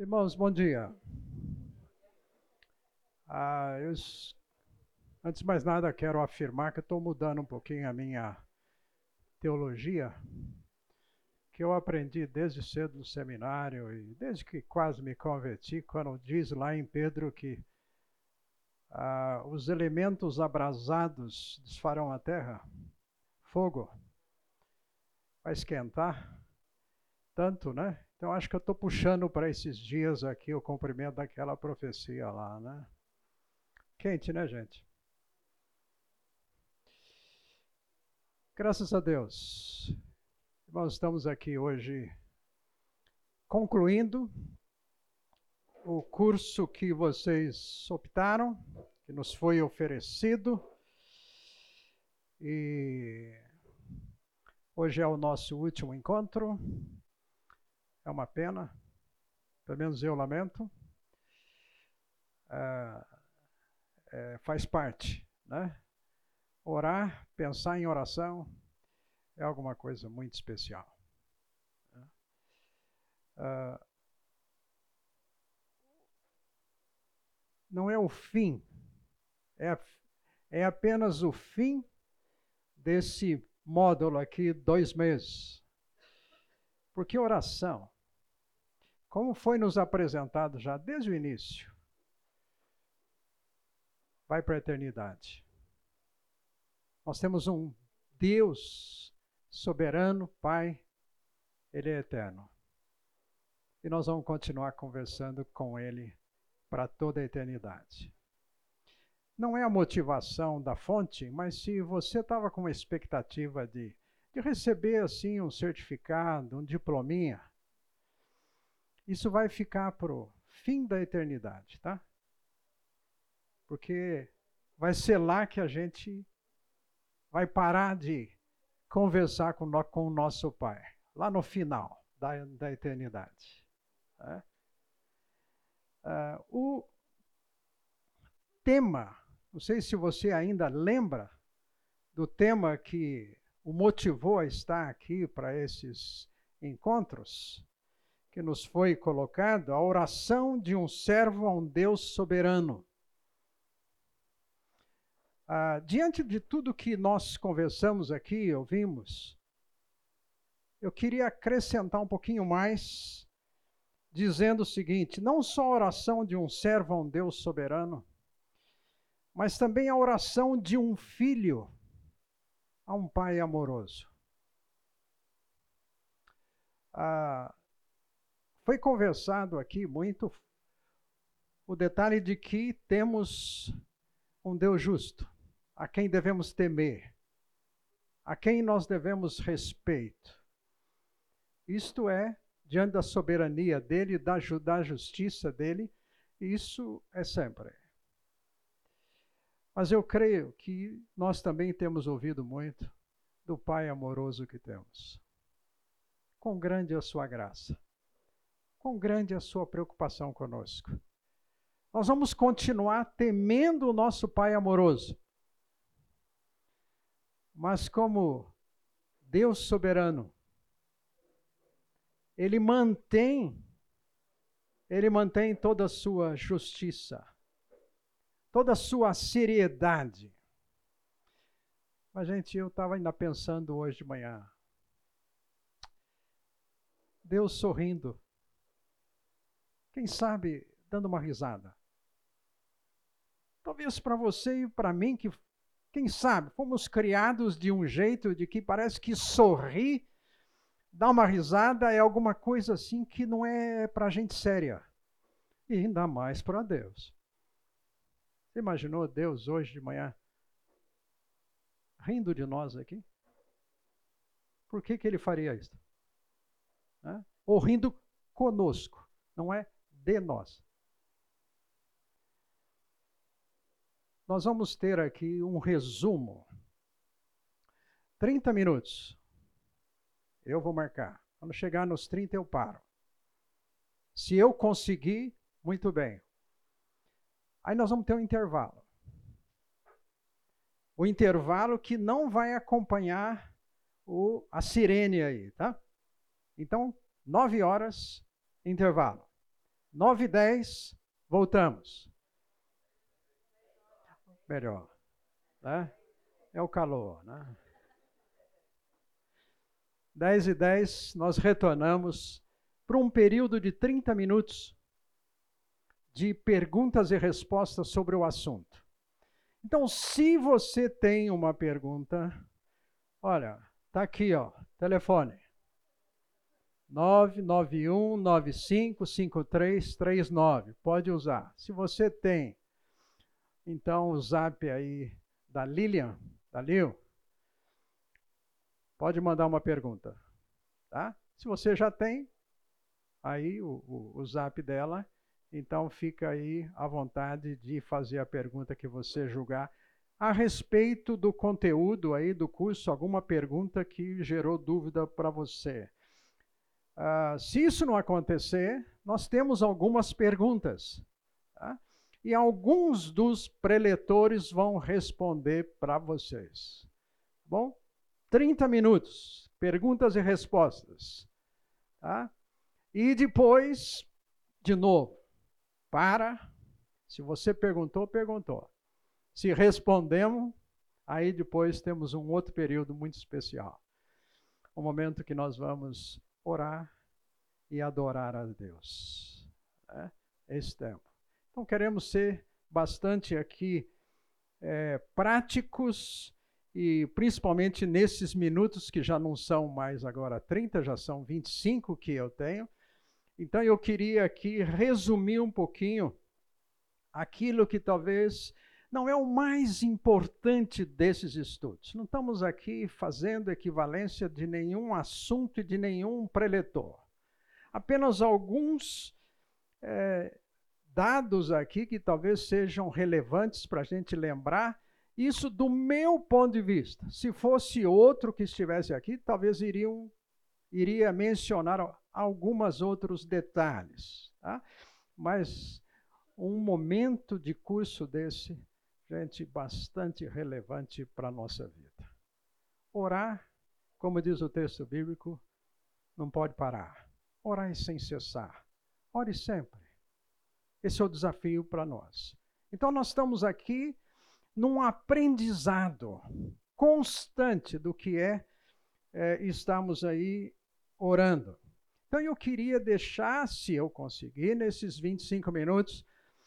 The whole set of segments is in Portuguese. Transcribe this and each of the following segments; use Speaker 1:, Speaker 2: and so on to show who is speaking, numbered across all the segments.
Speaker 1: Irmãos, bom dia. Antes de mais nada, quero afirmar que eu estou mudando um pouquinho a minha teologia, que eu aprendi desde cedo no seminário e desde que quase me converti, quando diz lá em Pedro que os elementos abrasados desfarão a terra, fogo, vai esquentar tanto, né? Então acho que eu estou puxando para esses dias aqui o cumprimento daquela profecia lá, né? Quente, né, gente? Graças a Deus. Nós estamos aqui hoje concluindo o curso que vocês optaram, que nos foi oferecido. E hoje é o nosso último encontro. É uma pena, pelo menos eu lamento. Faz parte, né? Orar, pensar em oração, é alguma coisa muito especial. Não é o fim, é apenas o fim desse módulo aqui, 2 meses. Porque oração, como foi nos apresentado já desde o início, vai para a eternidade. Nós temos um Deus soberano, Pai, Ele é eterno. E nós vamos continuar conversando com Ele para toda a eternidade. Não é a motivação da fonte, mas se você estava com uma expectativa de receber assim um certificado, um diplominha, isso vai ficar para o fim da eternidade, tá? Porque vai ser lá que a gente vai parar de conversar com o nosso Pai, lá no final da eternidade. Né? O tema, não sei se você ainda lembra do tema que o motivou a estar aqui para esses encontros, que nos foi colocado, a oração de um servo a um Deus soberano. Diante de tudo que nós conversamos aqui, ouvimos, eu queria acrescentar um pouquinho mais, dizendo o seguinte: não só a oração de um servo a um Deus soberano, mas também a oração de um filho a um pai amoroso. Foi conversado aqui muito o detalhe de que temos um Deus justo, a quem devemos temer, a quem nós devemos respeito. Isto é, diante da soberania dele, da justiça dele, isso é sempre. Mas eu creio que nós também temos ouvido muito do Pai amoroso que temos. Quão grande é a sua graça, quão grande é a sua preocupação conosco. Nós vamos continuar temendo o nosso Pai amoroso. Mas como Deus soberano, Ele mantém toda a sua justiça, toda a sua seriedade. Mas, gente, eu estava ainda pensando hoje de manhã. Deus sorrindo. Quem sabe dando uma risada. Talvez para você e para mim, que, quem sabe, fomos criados de um jeito de que parece que sorrir, dar uma risada é alguma coisa assim que não é para gente séria. E ainda mais para Deus. Você imaginou Deus hoje de manhã rindo de nós aqui? Por que Ele faria isso? Ou rindo conosco, não é de nós. Nós vamos ter aqui um resumo. 30 minutos. Eu vou marcar. Quando chegar nos 30 eu paro. Se eu conseguir, muito bem. Aí nós vamos ter um intervalo. O intervalo que não vai acompanhar a sirene aí, tá? Então, 9 horas, intervalo. 9h10, voltamos. Melhor, né? É o calor, né? 10h10, nós retornamos para um período de 30 minutos de perguntas e respostas sobre o assunto. Então, se você tem uma pergunta, olha, está aqui, ó, telefone. 991955339. Pode usar. Se você tem, então, o zap aí da Lilian, da Lil, pode mandar uma pergunta, tá? Se você já tem aí o zap dela, então fica aí à vontade de fazer a pergunta que você julgar a respeito do conteúdo aí do curso, alguma pergunta que gerou dúvida para você. Se isso não acontecer, nós temos algumas perguntas, tá? E alguns dos preletores vão responder para vocês. Bom, 30 minutos, perguntas e respostas, tá? E depois, de novo, se você perguntou, perguntou. Se respondemos, aí depois temos um outro período muito especial. O momento que nós vamos orar e adorar a Deus. Esse tempo. Então, queremos ser bastante aqui práticos e principalmente nesses minutos que já não são mais agora 30, já são 25 que eu tenho. Então, eu queria aqui resumir um pouquinho aquilo que talvez não é o mais importante desses estudos. Não estamos aqui fazendo equivalência de nenhum assunto e de nenhum preletor. Apenas alguns dados aqui que talvez sejam relevantes para a gente lembrar. Isso do meu ponto de vista. Se fosse outro que estivesse aqui, talvez iria mencionar alguns outros detalhes. Tá? Mas um momento de curso desse, gente, bastante relevante para a nossa vida. Orar, como diz o texto bíblico, não pode parar. Orar sem cessar. Ore sempre. Esse é o desafio para nós. Então, nós estamos aqui num aprendizado constante do que estamos aí orando. Então, eu queria deixar, se eu conseguir, nesses 25 minutos,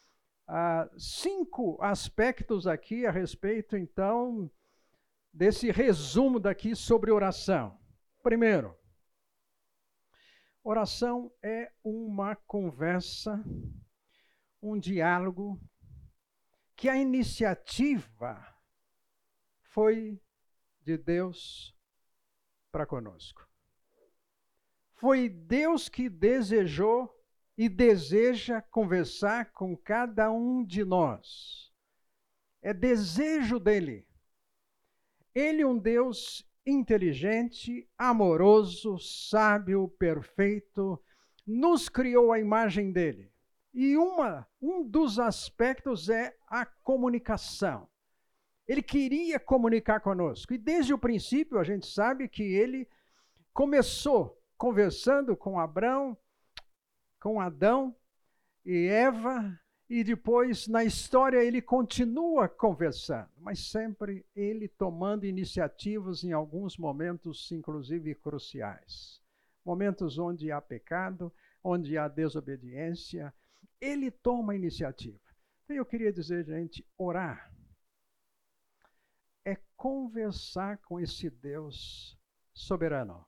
Speaker 1: 5 aspectos aqui a respeito, então, desse resumo daqui sobre oração. Primeiro, oração é uma conversa, um diálogo, que a iniciativa foi de Deus para conosco. Foi Deus que desejou e deseja conversar com cada um de nós. É desejo dele. Ele é um Deus inteligente, amoroso, sábio, perfeito, nos criou à imagem dele. E um dos aspectos é a comunicação. Ele queria comunicar conosco. E desde o princípio a gente sabe que ele começou conversando com Abraão, com Adão e Eva, e depois na história ele continua conversando, mas sempre ele tomando iniciativas em alguns momentos, inclusive cruciais. Momentos onde há pecado, onde há desobediência, ele toma a iniciativa. Então eu queria dizer, gente, orar é conversar com esse Deus soberano.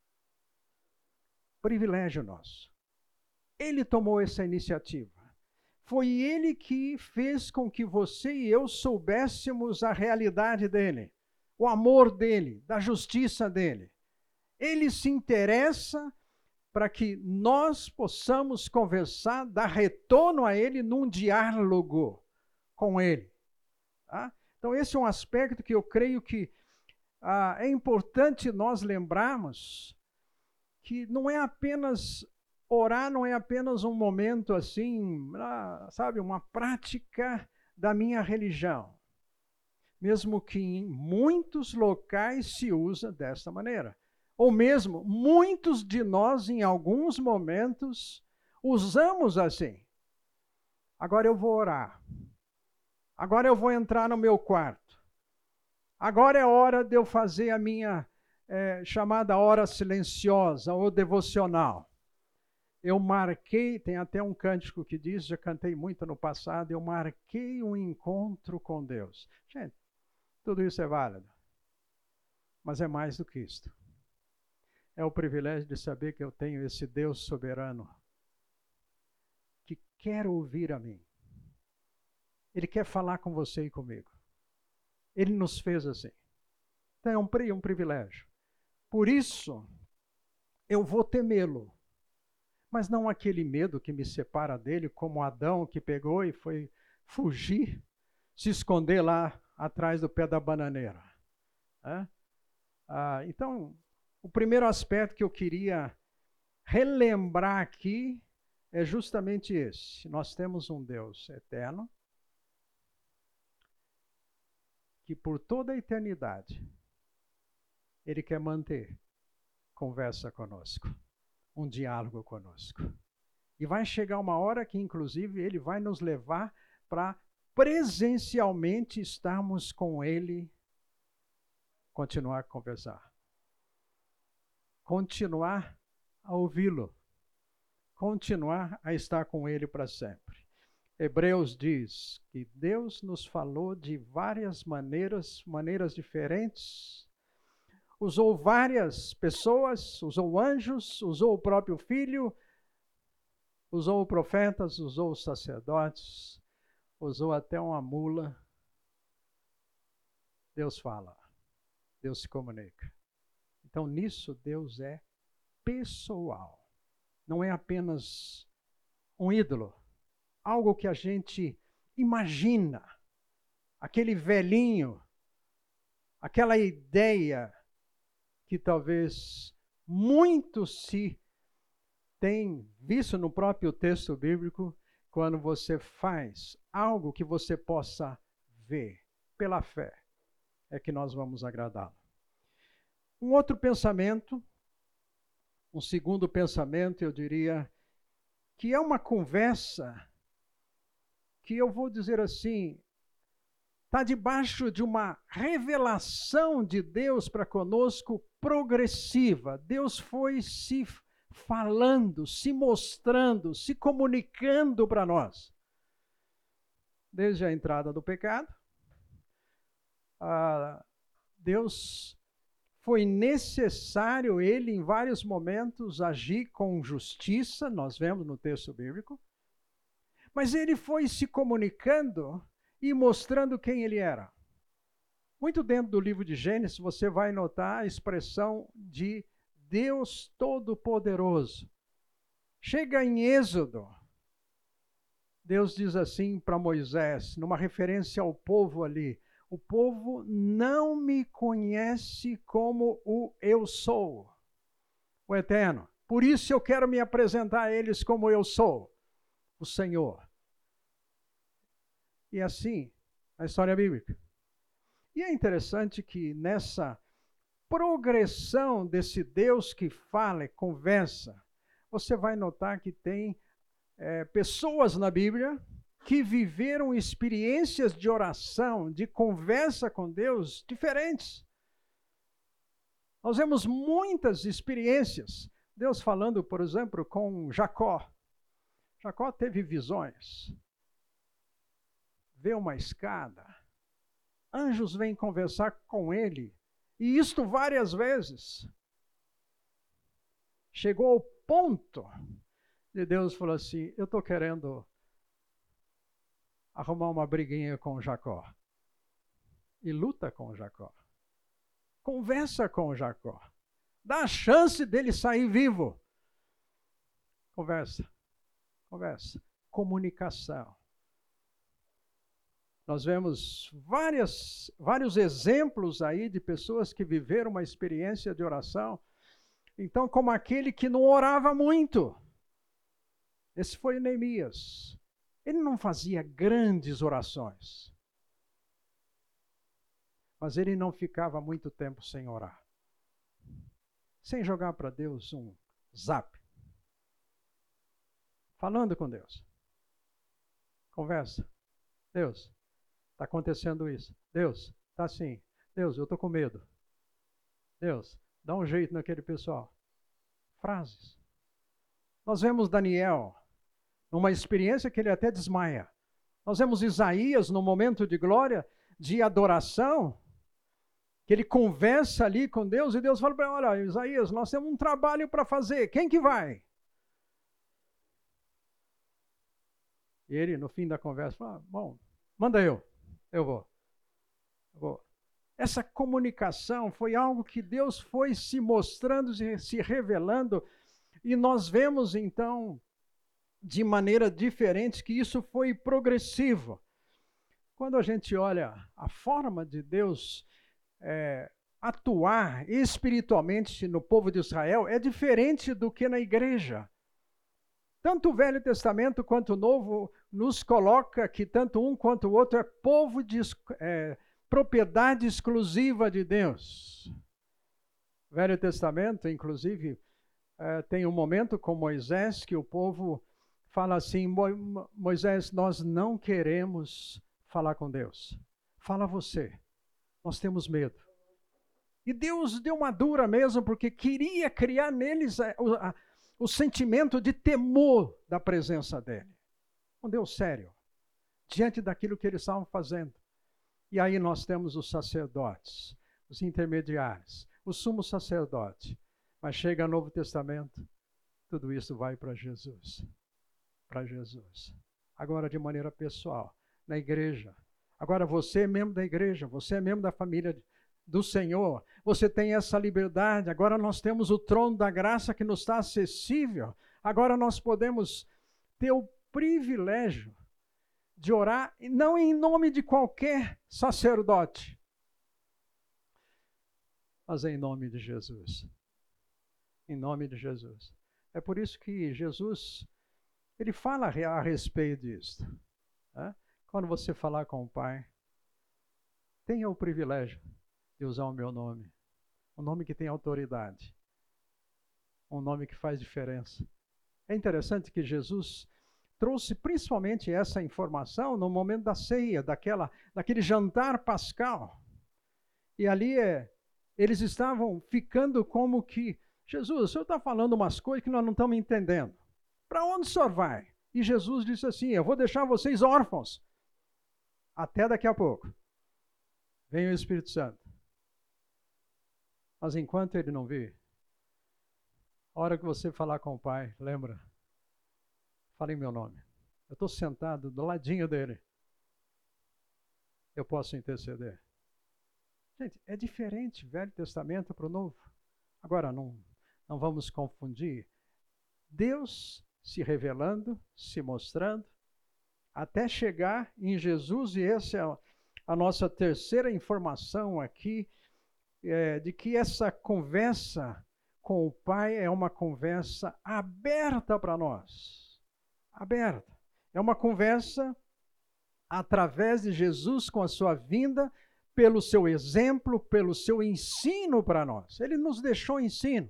Speaker 1: Privilégio nosso. Ele tomou essa iniciativa. Foi ele que fez com que você e eu soubéssemos a realidade dele, o amor dele, da justiça dele. Ele se interessa para que nós possamos conversar, dar retorno a ele num diálogo com ele. Tá? Então, esse é um aspecto que eu creio que é importante nós lembrarmos que não é apenas orar, não é apenas um momento assim, sabe, uma prática da minha religião. Mesmo que em muitos locais se usa desta maneira. Ou mesmo, muitos de nós, em alguns momentos, usamos assim. Agora eu vou orar. Agora eu vou entrar no meu quarto. Agora é hora de eu fazer a minha chamada hora silenciosa ou devocional. Eu marquei, tem até um cântico que diz, já cantei muito no passado, eu marquei um encontro com Deus. Gente, tudo isso é válido, mas é mais do que isto. É o privilégio de saber que eu tenho esse Deus soberano que quer ouvir a mim. Ele quer falar com você e comigo. Ele nos fez assim. Então é um privilégio. Por isso, eu vou temê-lo. Mas não aquele medo que me separa dele, como Adão que pegou e foi fugir, se esconder lá atrás do pé da bananeira. Então, o primeiro aspecto que eu queria relembrar aqui é justamente esse. Nós temos um Deus eterno, que por toda a eternidade, Ele quer manter conversa conosco, um diálogo conosco. E vai chegar uma hora que, inclusive, Ele vai nos levar para presencialmente estarmos com Ele, continuar a conversar. Continuar a ouvi-lo. Continuar a estar com Ele para sempre. Hebreus diz que Deus nos falou de várias maneiras diferentes. Usou várias pessoas, usou anjos, usou o próprio Filho, usou profetas, usou sacerdotes, usou até uma mula. Deus fala, Deus se comunica. Então, nisso, Deus é pessoal. Não é apenas um ídolo, algo que a gente imagina, aquele velhinho, aquela ideia que talvez muitos se têm visto no próprio texto bíblico, quando você faz algo que você possa ver pela fé, é que nós vamos agradá-lo. Um outro pensamento, um segundo pensamento, eu diria, que é uma conversa que eu vou dizer assim, está debaixo de uma revelação de Deus para conosco progressiva. Deus foi se falando, se mostrando, se comunicando para nós. Desde a entrada do pecado, Deus foi necessário, Ele em vários momentos, agir com justiça, nós vemos no texto bíblico, mas Ele foi se comunicando e mostrando quem Ele era. Muito dentro do livro de Gênesis, você vai notar a expressão de Deus Todo-Poderoso. Chega em Êxodo, Deus diz assim para Moisés, numa referência ao povo ali, o povo não me conhece como o eu sou, o Eterno. Por isso eu quero me apresentar a eles como eu sou, o Senhor. E assim, a história bíblica. E é interessante que nessa progressão desse Deus que fala e conversa, você vai notar que tem pessoas na Bíblia que viveram experiências de oração, de conversa com Deus diferentes. Nós vemos muitas experiências. Deus falando, por exemplo, com Jacó. Jacó teve visões. Vê uma escada. Anjos vêm conversar com ele. E isto várias vezes. Chegou ao ponto de Deus falar assim, eu estou querendo arrumar uma briguinha com Jacó. E luta com Jacó. Conversa com Jacó. Dá a chance dele sair vivo. Conversa. Conversa. Comunicação. Nós vemos vários exemplos aí de pessoas que viveram uma experiência de oração. Então, como aquele que não orava muito. Esse foi Neemias. Ele não fazia grandes orações. Mas ele não ficava muito tempo sem orar. Sem jogar para Deus um zap. falando com Deus. Conversa. Deus, está acontecendo isso. Deus, está assim. Deus, eu estou com medo. Deus, dá um jeito naquele pessoal. Frases. Nós vemos Daniel numa experiência que ele até desmaia. Nós vemos Isaías no momento de glória, de adoração, que ele conversa ali com Deus e Deus fala para ele, olha, Isaías, nós temos um trabalho para fazer, quem que vai? E ele, no fim da conversa, fala, bom, manda eu vou. Essa comunicação foi algo que Deus foi se mostrando, se revelando, e nós vemos então, de maneira diferente, que isso foi progressivo. Quando a gente olha a forma de Deus atuar espiritualmente no povo de Israel, é diferente do que na igreja. Tanto o Velho Testamento quanto o Novo nos coloca que tanto um quanto o outro é povo de propriedade exclusiva de Deus. O Velho Testamento, inclusive, tem um momento com Moisés que o povo fala assim, Moisés, nós não queremos falar com Deus. Fala você. Nós temos medo. E Deus deu uma dura mesmo, porque queria criar neles o sentimento de temor da presença dele. Um Deus sério, diante daquilo que eles estavam fazendo. E aí nós temos os sacerdotes, os intermediários, o sumo sacerdote. Mas chega o Novo Testamento, tudo isso vai para Jesus. Para Jesus. Agora de maneira pessoal, na igreja. Agora você é membro da igreja, você é membro da família do Senhor, você tem essa liberdade. Agora nós temos o trono da graça que nos está acessível. Agora nós podemos ter o privilégio de orar, não em nome de qualquer sacerdote, mas em nome de Jesus. Em nome de Jesus. É por isso que Jesus, ele fala a respeito disso. Quando você falar com o Pai, tenha o privilégio de usar o meu nome. Um nome que tem autoridade. Um nome que faz diferença. É interessante que Jesus trouxe principalmente essa informação no momento da ceia, daquele jantar pascal. E ali eles estavam ficando como que, Jesus, o Senhor está falando umas coisas que nós não estamos entendendo. Para onde o Senhor vai? E Jesus disse assim, eu vou deixar vocês órfãos. Até daqui a pouco. Vem o Espírito Santo. Mas enquanto ele não vir, a hora que você falar com o Pai, lembra? Fala em meu nome. Eu estou sentado do ladinho dele. Eu posso interceder. Gente, é diferente Velho Testamento para o Novo. Agora, não vamos confundir. Deus se revelando, se mostrando, até chegar em Jesus, e essa é a nossa terceira informação aqui, de que essa conversa com o Pai é uma conversa aberta para nós. Aberta. É uma conversa através de Jesus com a sua vinda, pelo seu exemplo, pelo seu ensino para nós. Ele nos deixou ensino.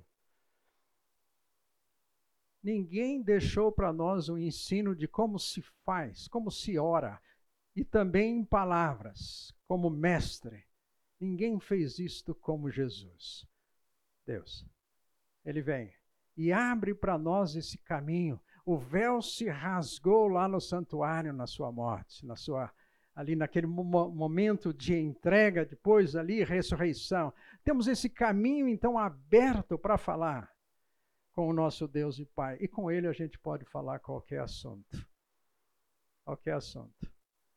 Speaker 1: Ninguém deixou para nós o ensino de como se faz, como se ora, e também em palavras, como mestre. Ninguém fez isto como Jesus. Deus, ele vem e abre para nós esse caminho. O véu se rasgou lá no santuário na sua morte, ali naquele momento de entrega, depois ali ressurreição. Temos esse caminho então aberto para falar com o nosso Deus e Pai. E com ele a gente pode falar qualquer assunto. Qualquer assunto.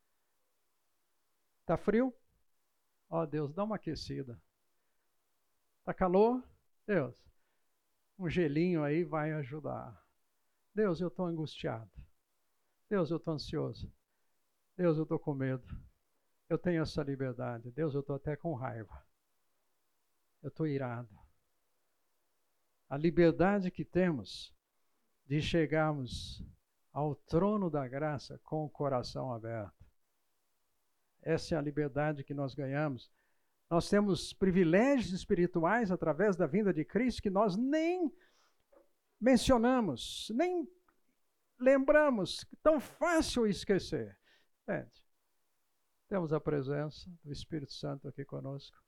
Speaker 1: Está frio? Ó Deus, dá uma aquecida. Está calor? Deus, um gelinho aí vai ajudar. Deus, eu estou angustiado. Deus, eu estou ansioso. Deus, eu estou com medo. Eu tenho essa liberdade. Deus, eu estou até com raiva. Eu estou irado. A liberdade que temos de chegarmos ao trono da graça com o coração aberto. Essa é a liberdade que nós ganhamos. Nós temos privilégios espirituais através da vinda de Cristo que nós nem mencionamos, nem lembramos, tão fácil esquecer. Gente, temos a presença do Espírito Santo aqui conosco.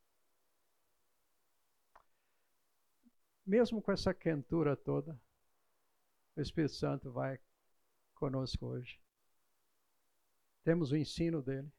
Speaker 1: Mesmo com essa quentura toda, o Espírito Santo vai conosco hoje. Temos o ensino dele.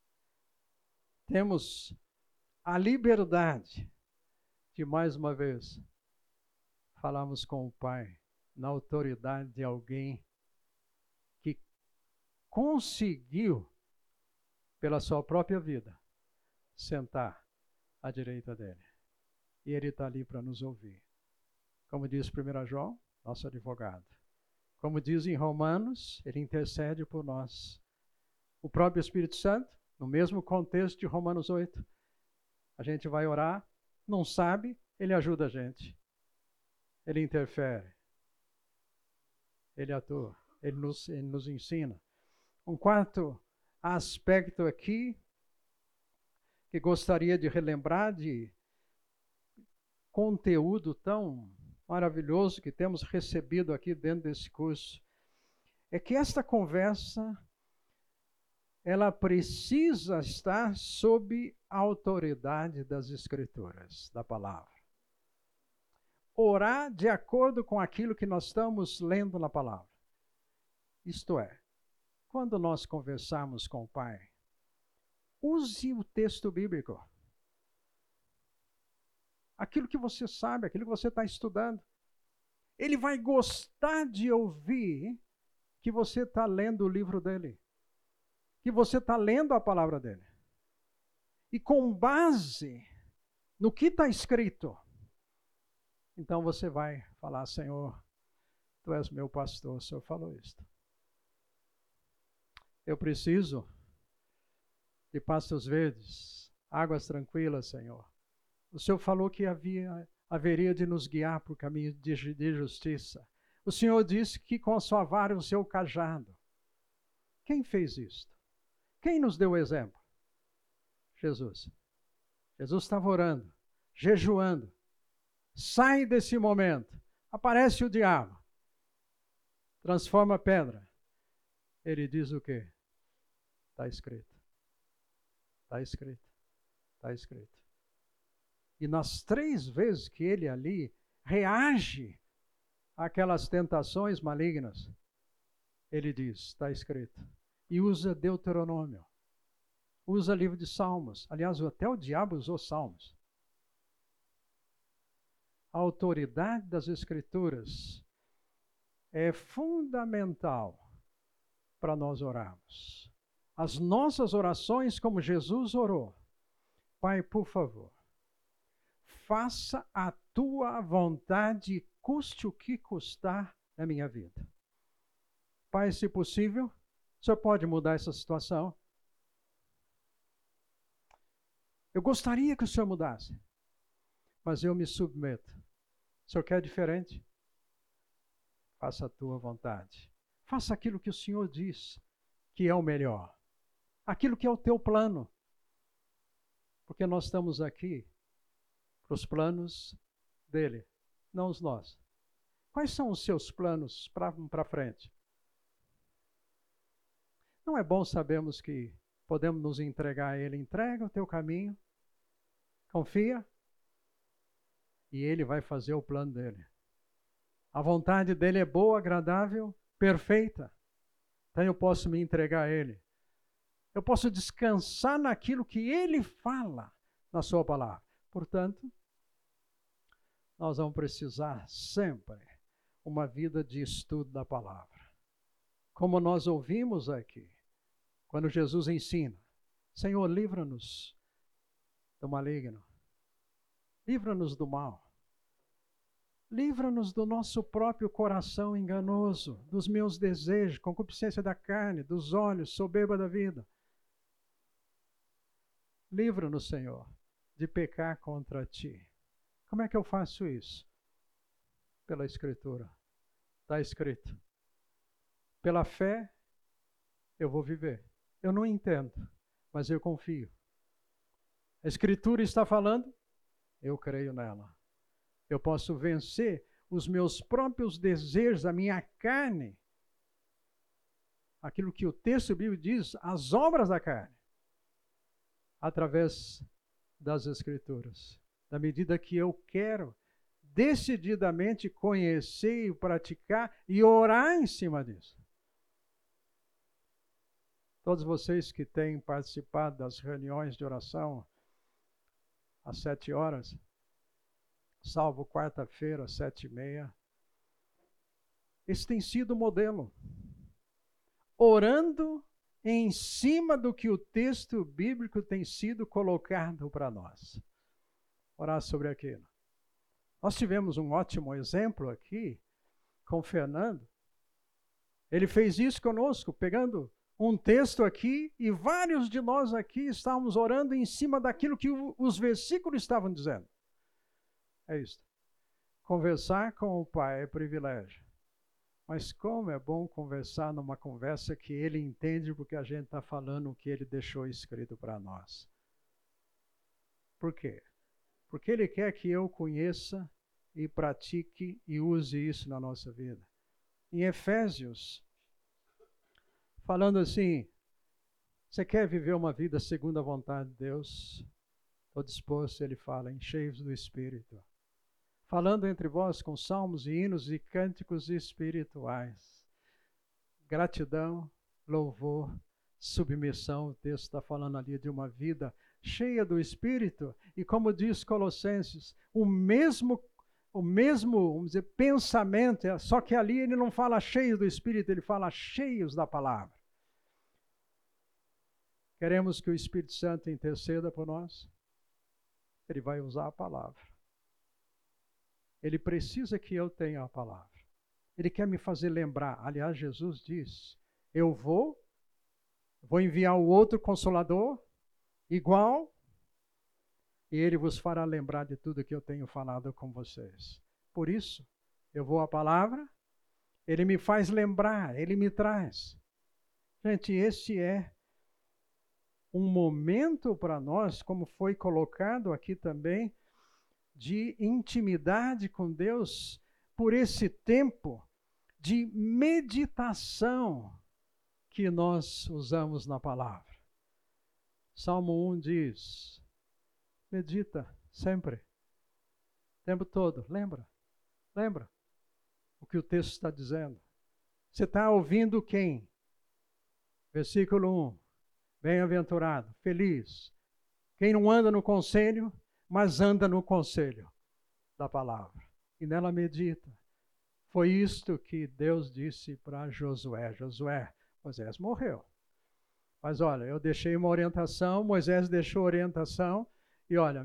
Speaker 1: Temos a liberdade de, mais uma vez, falarmos com o Pai na autoridade de alguém que conseguiu, pela sua própria vida, sentar à direita dele. E ele está ali para nos ouvir. Como diz 1 João, nosso advogado. Como diz em Romanos, ele intercede por nós. O próprio Espírito Santo, no mesmo contexto de Romanos 8, a gente vai orar, não sabe, ele ajuda a gente. Ele interfere. Ele atua. Ele nos ensina. Um quarto aspecto aqui que gostaria de relembrar de conteúdo tão maravilhoso que temos recebido aqui dentro desse curso é que esta conversa ela precisa estar sob a autoridade das Escrituras, da palavra. Orar de acordo com aquilo que nós estamos lendo na palavra. Isto é, quando nós conversarmos com o Pai, use o texto bíblico. Aquilo que você sabe, aquilo que você está estudando. Ele vai gostar de ouvir que você está lendo o livro dele. Que você está lendo a palavra dele. E com base no que está escrito, então você vai falar, Senhor, Tu és meu pastor, o Senhor falou isto. Eu preciso de pastos verdes, águas tranquilas, Senhor. O Senhor falou que haveria de nos guiar por caminho de justiça. O Senhor disse que com a sua vara e o seu cajado. Quem fez isto? Quem nos deu o exemplo? Jesus. Jesus estava orando, jejuando. Sai desse momento. Aparece o diabo. Transforma a pedra. Ele diz o quê? Está escrito. Está escrito. Está escrito. E nas 3 vezes que ele ali reage àquelas tentações malignas, ele diz, está escrito. E usa Deuteronômio. Usa livro de Salmos. Aliás, até o diabo usou Salmos. A autoridade das Escrituras é fundamental para nós orarmos. As nossas orações, como Jesus orou. Pai, por favor, faça a tua vontade, custe o que custar na minha vida. Pai, se possível, o Senhor pode mudar essa situação? Eu gostaria que o Senhor mudasse, mas eu me submeto. O Senhor quer diferente? Faça a tua vontade. Faça aquilo que o Senhor diz que é o melhor. Aquilo que é o teu plano. Porque nós estamos aqui para os planos dele, não os nossos. Quais são os seus planos para frente? Não é bom sabermos que podemos nos entregar a ele. Entrega o teu caminho, confia, e ele vai fazer o plano dele. A vontade dele é boa, agradável, perfeita. Então eu posso me entregar a ele. Eu posso descansar naquilo que ele fala na sua palavra. Portanto, nós vamos precisar sempre uma vida de estudo da palavra. Como nós ouvimos aqui, quando Jesus ensina, Senhor, livra-nos do maligno, livra-nos do mal, livra-nos do nosso próprio coração enganoso, dos meus desejos, concupiscência da carne, dos olhos, soberba da vida. Livra-nos, Senhor, de pecar contra ti. Como é que eu faço isso? Pela Escritura. Está escrito. Pela fé, eu vou viver. Eu não entendo, mas eu confio. A Escritura está falando, eu creio nela. Eu posso vencer os meus próprios desejos, a minha carne, aquilo que o texto bíblico diz, as obras da carne, através das Escrituras. Na medida que eu quero decididamente conhecer e praticar e orar em cima disso. Todos vocês que têm participado das reuniões de oração às 7 horas, salvo quarta-feira, às 7h30, esse tem sido o modelo. Orando em cima do que o texto bíblico tem sido colocado para nós. Orar sobre aquilo. Nós tivemos um ótimo exemplo aqui com o Fernando. Ele fez isso conosco, pegando um texto aqui, e vários de nós aqui estávamos orando em cima daquilo que os versículos estavam dizendo. É isso. Conversar com o Pai é privilégio. Mas como é bom conversar numa conversa que ele entende porque a gente está falando o que ele deixou escrito para nós. Por quê? Porque ele quer que eu conheça e pratique e use isso na nossa vida. Em Efésios, falando assim, você quer viver uma vida segundo a vontade de Deus? Estou disposto, ele fala, enchei-vos do Espírito. Falando entre vós com salmos e hinos e cânticos espirituais. Gratidão, louvor, submissão. O texto está falando ali de uma vida cheia do Espírito. E como diz Colossenses, o mesmo, vamos dizer, pensamento, só que ali ele não fala cheios do Espírito, ele fala cheios da palavra. Queremos que o Espírito Santo interceda por nós? Ele vai usar a palavra. Ele precisa que eu tenha a palavra. Ele quer me fazer lembrar. Aliás, Jesus diz, eu vou enviar o outro Consolador, igual, e ele vos fará lembrar de tudo que eu tenho falado com vocês. Por isso, eu vou à palavra, ele me faz lembrar, ele me traz. Gente, esse é um momento para nós, como foi colocado aqui também, de intimidade com Deus, por esse tempo de meditação que nós usamos na palavra. Salmo 1 diz, medita sempre, o tempo todo, lembra o que o texto está dizendo. Você está ouvindo quem? Versículo 1, bem-aventurado, feliz, quem não anda no conselho, mas anda no conselho da palavra. E nela medita. Foi isto que Deus disse para Josué. Josué, Moisés morreu. Mas olha, eu deixei uma orientação, Moisés deixou orientação, e olha,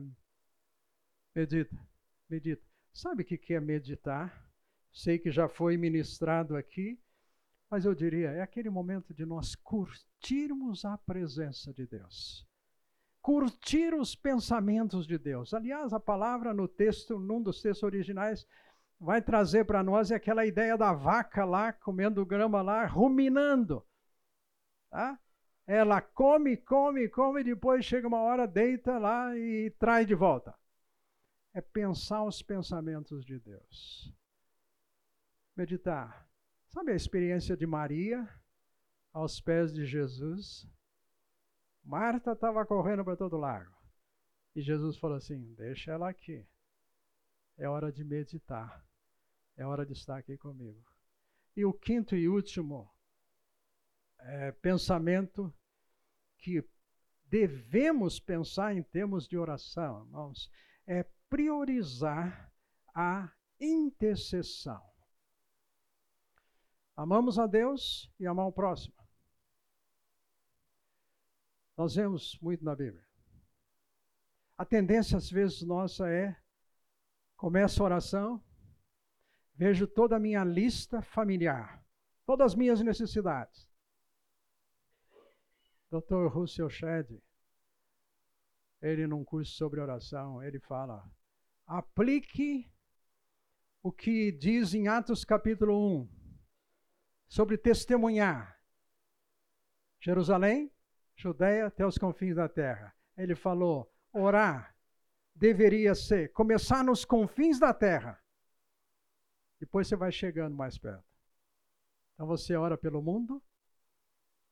Speaker 1: medita. Sabe o que é meditar? Sei que já foi ministrado aqui, mas eu diria, é aquele momento de nós curtirmos a presença de Deus. Curtir os pensamentos de Deus. Aliás, a palavra no texto, num dos textos originais, vai trazer para nós aquela ideia da vaca lá, comendo grama lá, ruminando. Tá? Ela come, e depois chega uma hora, deita lá e traz de volta. É pensar os pensamentos de Deus. Meditar. Sabe a experiência de Maria aos pés de Jesus? Marta estava correndo para todo lado. E Jesus falou assim, deixa ela aqui. É hora de meditar. É hora de estar aqui comigo. E o quinto e último pensamento que devemos pensar em termos de oração, irmãos, é priorizar a intercessão. Amamos a Deus e amar o próximo. Nós vemos muito na Bíblia. A tendência, às vezes, nossa começo a oração, vejo toda a minha lista familiar, todas as minhas necessidades. Dr. Russell Shedd, ele num curso sobre oração, ele fala, aplique o que diz em Atos capítulo 1, sobre testemunhar. Jerusalém, Judeia até os confins da terra. Ele falou, orar deveria ser, começar nos confins da terra. Depois você vai chegando mais perto. Então você ora pelo mundo,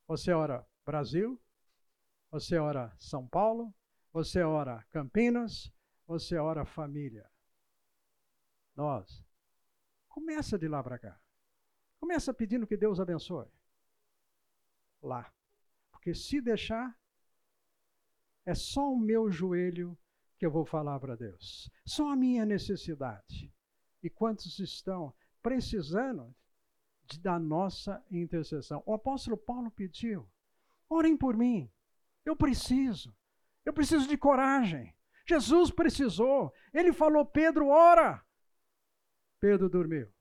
Speaker 1: Você ora Brasil, você ora São Paulo, você ora Campinas, você ora família. Nós. Começa de lá para cá. Começa pedindo que Deus abençoe. Lá. Porque se deixar, é só o meu joelho que eu vou falar para Deus. Só a minha necessidade. E quantos estão precisando da nossa intercessão? O apóstolo Paulo pediu, orem por mim. Eu preciso de coragem. Jesus precisou. Ele falou, Pedro, ora. Pedro dormiu.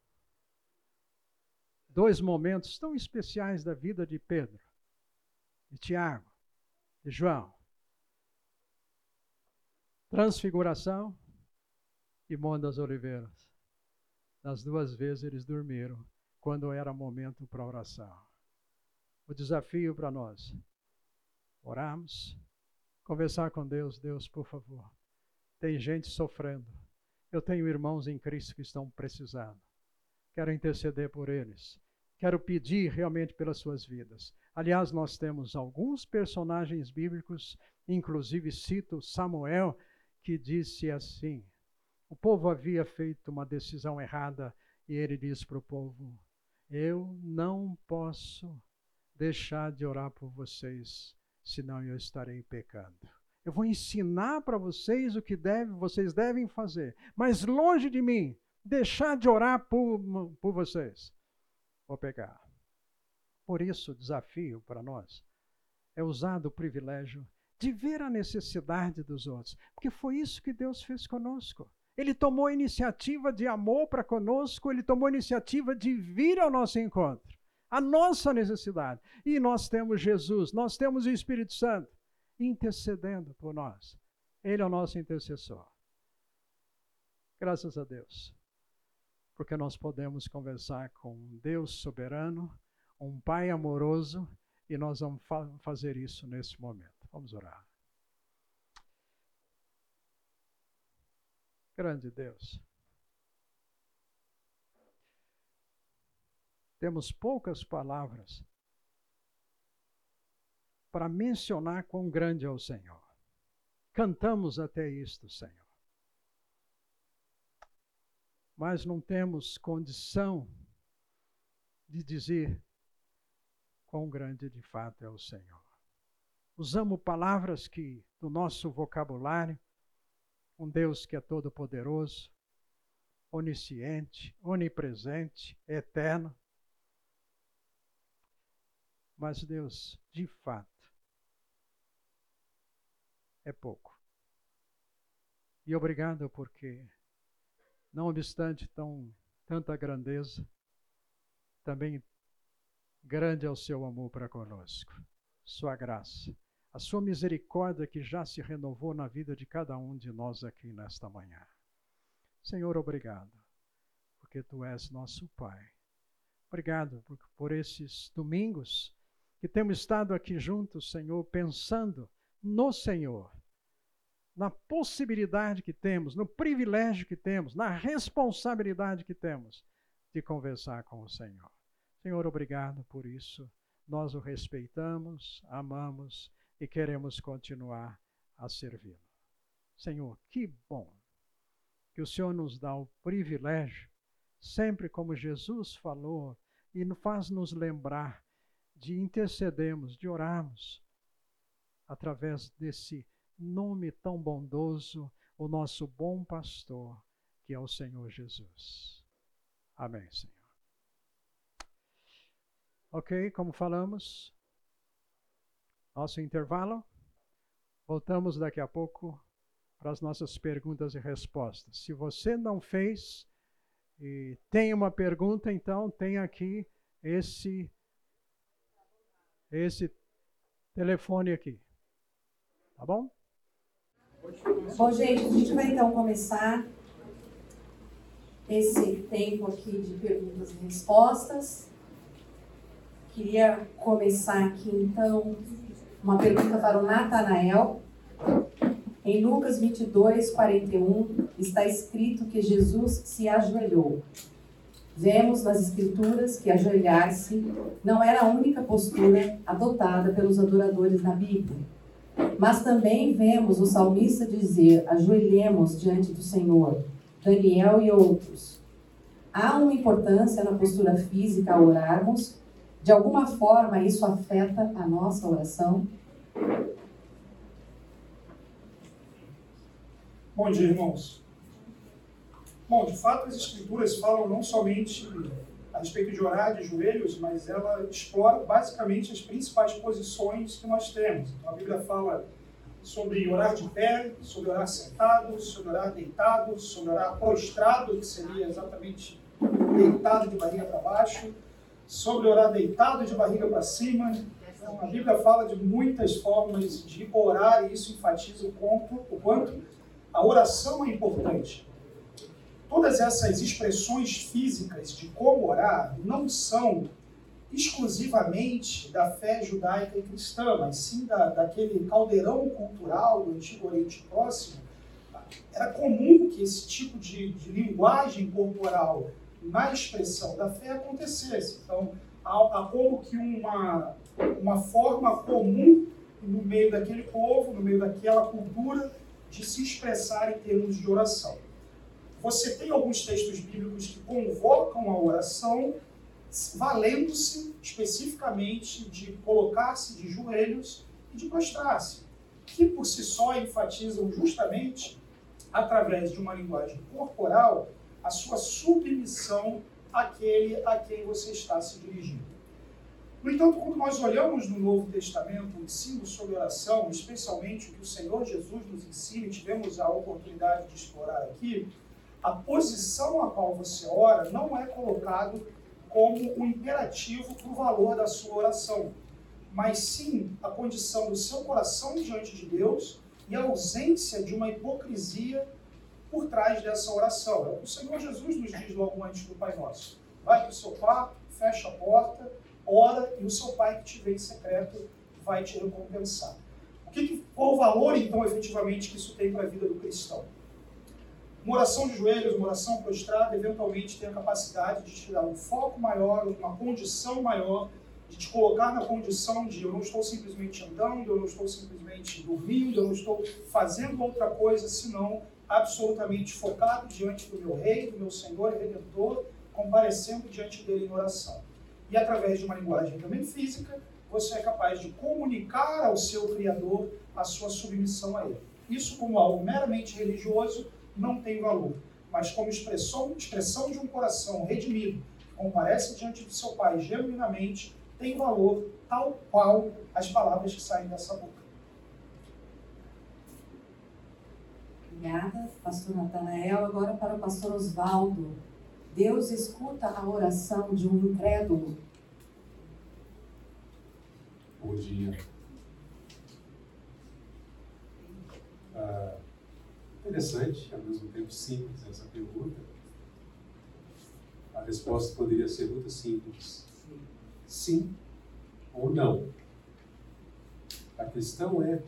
Speaker 1: 2 momentos tão especiais da vida de Pedro, de Tiago, de João. Transfiguração e Monte das Oliveiras. Nas 2 vezes eles dormiram, quando era momento para oração. O desafio para nós, orarmos, conversar com Deus. Deus, por favor, tem gente sofrendo. Eu tenho irmãos em Cristo que estão precisando. Quero interceder por eles. Quero pedir realmente pelas suas vidas. Aliás, nós temos alguns personagens bíblicos, inclusive cito Samuel, que disse assim, o povo havia feito uma decisão errada e ele disse para o povo, eu não posso deixar de orar por vocês, senão eu estarei pecando. Eu vou ensinar para vocês o que vocês devem fazer, mas longe de mim, deixar de orar por vocês. Vou pecar. Por isso, o desafio para nós é usar do privilégio de ver a necessidade dos outros, porque foi isso que Deus fez conosco. Ele tomou a iniciativa de amor para conosco, ele tomou a iniciativa de vir ao nosso encontro, a nossa necessidade. E nós temos Jesus, nós temos o Espírito Santo intercedendo por nós. Ele é o nosso intercessor. Graças a Deus, porque nós podemos conversar com um Deus soberano, um Pai amoroso, e nós vamos fazer isso nesse momento. Vamos orar. Grande Deus, temos poucas palavras para mencionar quão grande é o Senhor. Cantamos até isto, Senhor. Mas não temos condição de dizer quão grande de fato é o Senhor. Usamos palavras que, do nosso vocabulário, um Deus que é todo-poderoso, onisciente, onipresente, eterno. Mas Deus, de fato, é pouco. E obrigado porque, não obstante tanta grandeza, também grande é o seu amor para conosco. Sua graça, a sua misericórdia que já se renovou na vida de cada um de nós aqui nesta manhã. Senhor, obrigado, porque Tu és nosso Pai. Obrigado por esses domingos que temos estado aqui juntos, Senhor, pensando no Senhor, na possibilidade que temos, no privilégio que temos, na responsabilidade que temos de conversar com o Senhor. Senhor, obrigado por isso. Nós o respeitamos, amamos e queremos continuar a servi-lo. Senhor, que bom que o Senhor nos dá o privilégio, sempre como Jesus falou, e faz nos lembrar de intercedermos, de orarmos, através desse nome tão bondoso, o nosso bom pastor, que é o Senhor Jesus. Amém, Senhor. Ok, como falamos, nosso intervalo. Voltamos daqui a pouco para as nossas perguntas e respostas. Se você não fez e tem uma pergunta, então tem aqui esse telefone aqui. Tá bom?
Speaker 2: Bom, gente, a gente vai então começar esse tempo aqui de perguntas e respostas. Queria começar aqui, então, uma pergunta para o Natanael. Em Lucas 22, 41, está escrito que Jesus se ajoelhou. Vemos nas Escrituras que ajoelhar-se não era a única postura adotada pelos adoradores na Bíblia, mas também vemos o salmista dizer: ajoelhemos diante do Senhor, Daniel e outros. Há uma importância na postura física ao orarmos? De alguma forma isso afeta a nossa oração?
Speaker 3: Bom dia, irmãos. Bom, de fato, as Escrituras falam não somente a respeito de orar de joelhos, mas ela explora basicamente as principais posições que nós temos. Então, a Bíblia fala sobre orar de pé, sobre orar sentado, sobre orar deitado, sobre orar prostrado, que seria exatamente deitado de barriga para baixo, sobre orar deitado de barriga para cima. Então, a Bíblia fala de muitas formas de orar e isso enfatiza o quanto a oração é importante. Todas essas expressões físicas de como orar não são exclusivamente da fé judaica e cristã, mas sim daquele caldeirão cultural do Antigo Oriente Próximo. Era comum que esse tipo de linguagem corporal na expressão da fé acontecesse. Então, há como que uma forma comum no meio daquele povo, no meio daquela cultura, de se expressar em termos de oração. Você tem alguns textos bíblicos que convocam a oração, valendo-se especificamente de colocar-se de joelhos e de prostrar-se, que por si só enfatizam justamente, através de uma linguagem corporal, a sua submissão àquele a quem você está se dirigindo. No entanto, quando nós olhamos no Novo Testamento o ensino sobre oração, especialmente o que o Senhor Jesus nos ensina, e tivemos a oportunidade de explorar aqui, a posição a qual você ora não é colocado como um imperativo para o valor da sua oração, mas sim a condição do seu coração diante de Deus e a ausência de uma hipocrisia por trás dessa oração. É o que o Senhor Jesus nos diz logo antes do Pai Nosso. Vai para o seu quarto, fecha a porta, ora e o seu Pai que te vê em secreto vai te recompensar. Qual o valor, então, efetivamente, que isso tem para a vida do cristão? Uma oração de joelhos, uma oração prostrada, eventualmente tem a capacidade de te dar um foco maior, uma condição maior, de te colocar na condição de eu não estou simplesmente andando, eu não estou simplesmente dormindo, eu não estou fazendo outra coisa, senão absolutamente focado diante do meu Rei, do meu Senhor e Redentor, comparecendo diante dele em oração. E através de uma linguagem também física, você é capaz de comunicar ao seu Criador a sua submissão a ele. Isso como algo meramente religioso não tem valor, mas como expressão de um coração redimido, que comparece diante do seu Pai genuinamente, tem valor tal qual as palavras que saem dessa boca.
Speaker 2: Obrigada, pastor Natanael. Agora para o pastor Osvaldo. Deus escuta a oração de um incrédulo?
Speaker 4: Bom dia. Interessante, ao mesmo tempo simples essa pergunta. A resposta poderia ser muito simples. Sim ou não. A questão é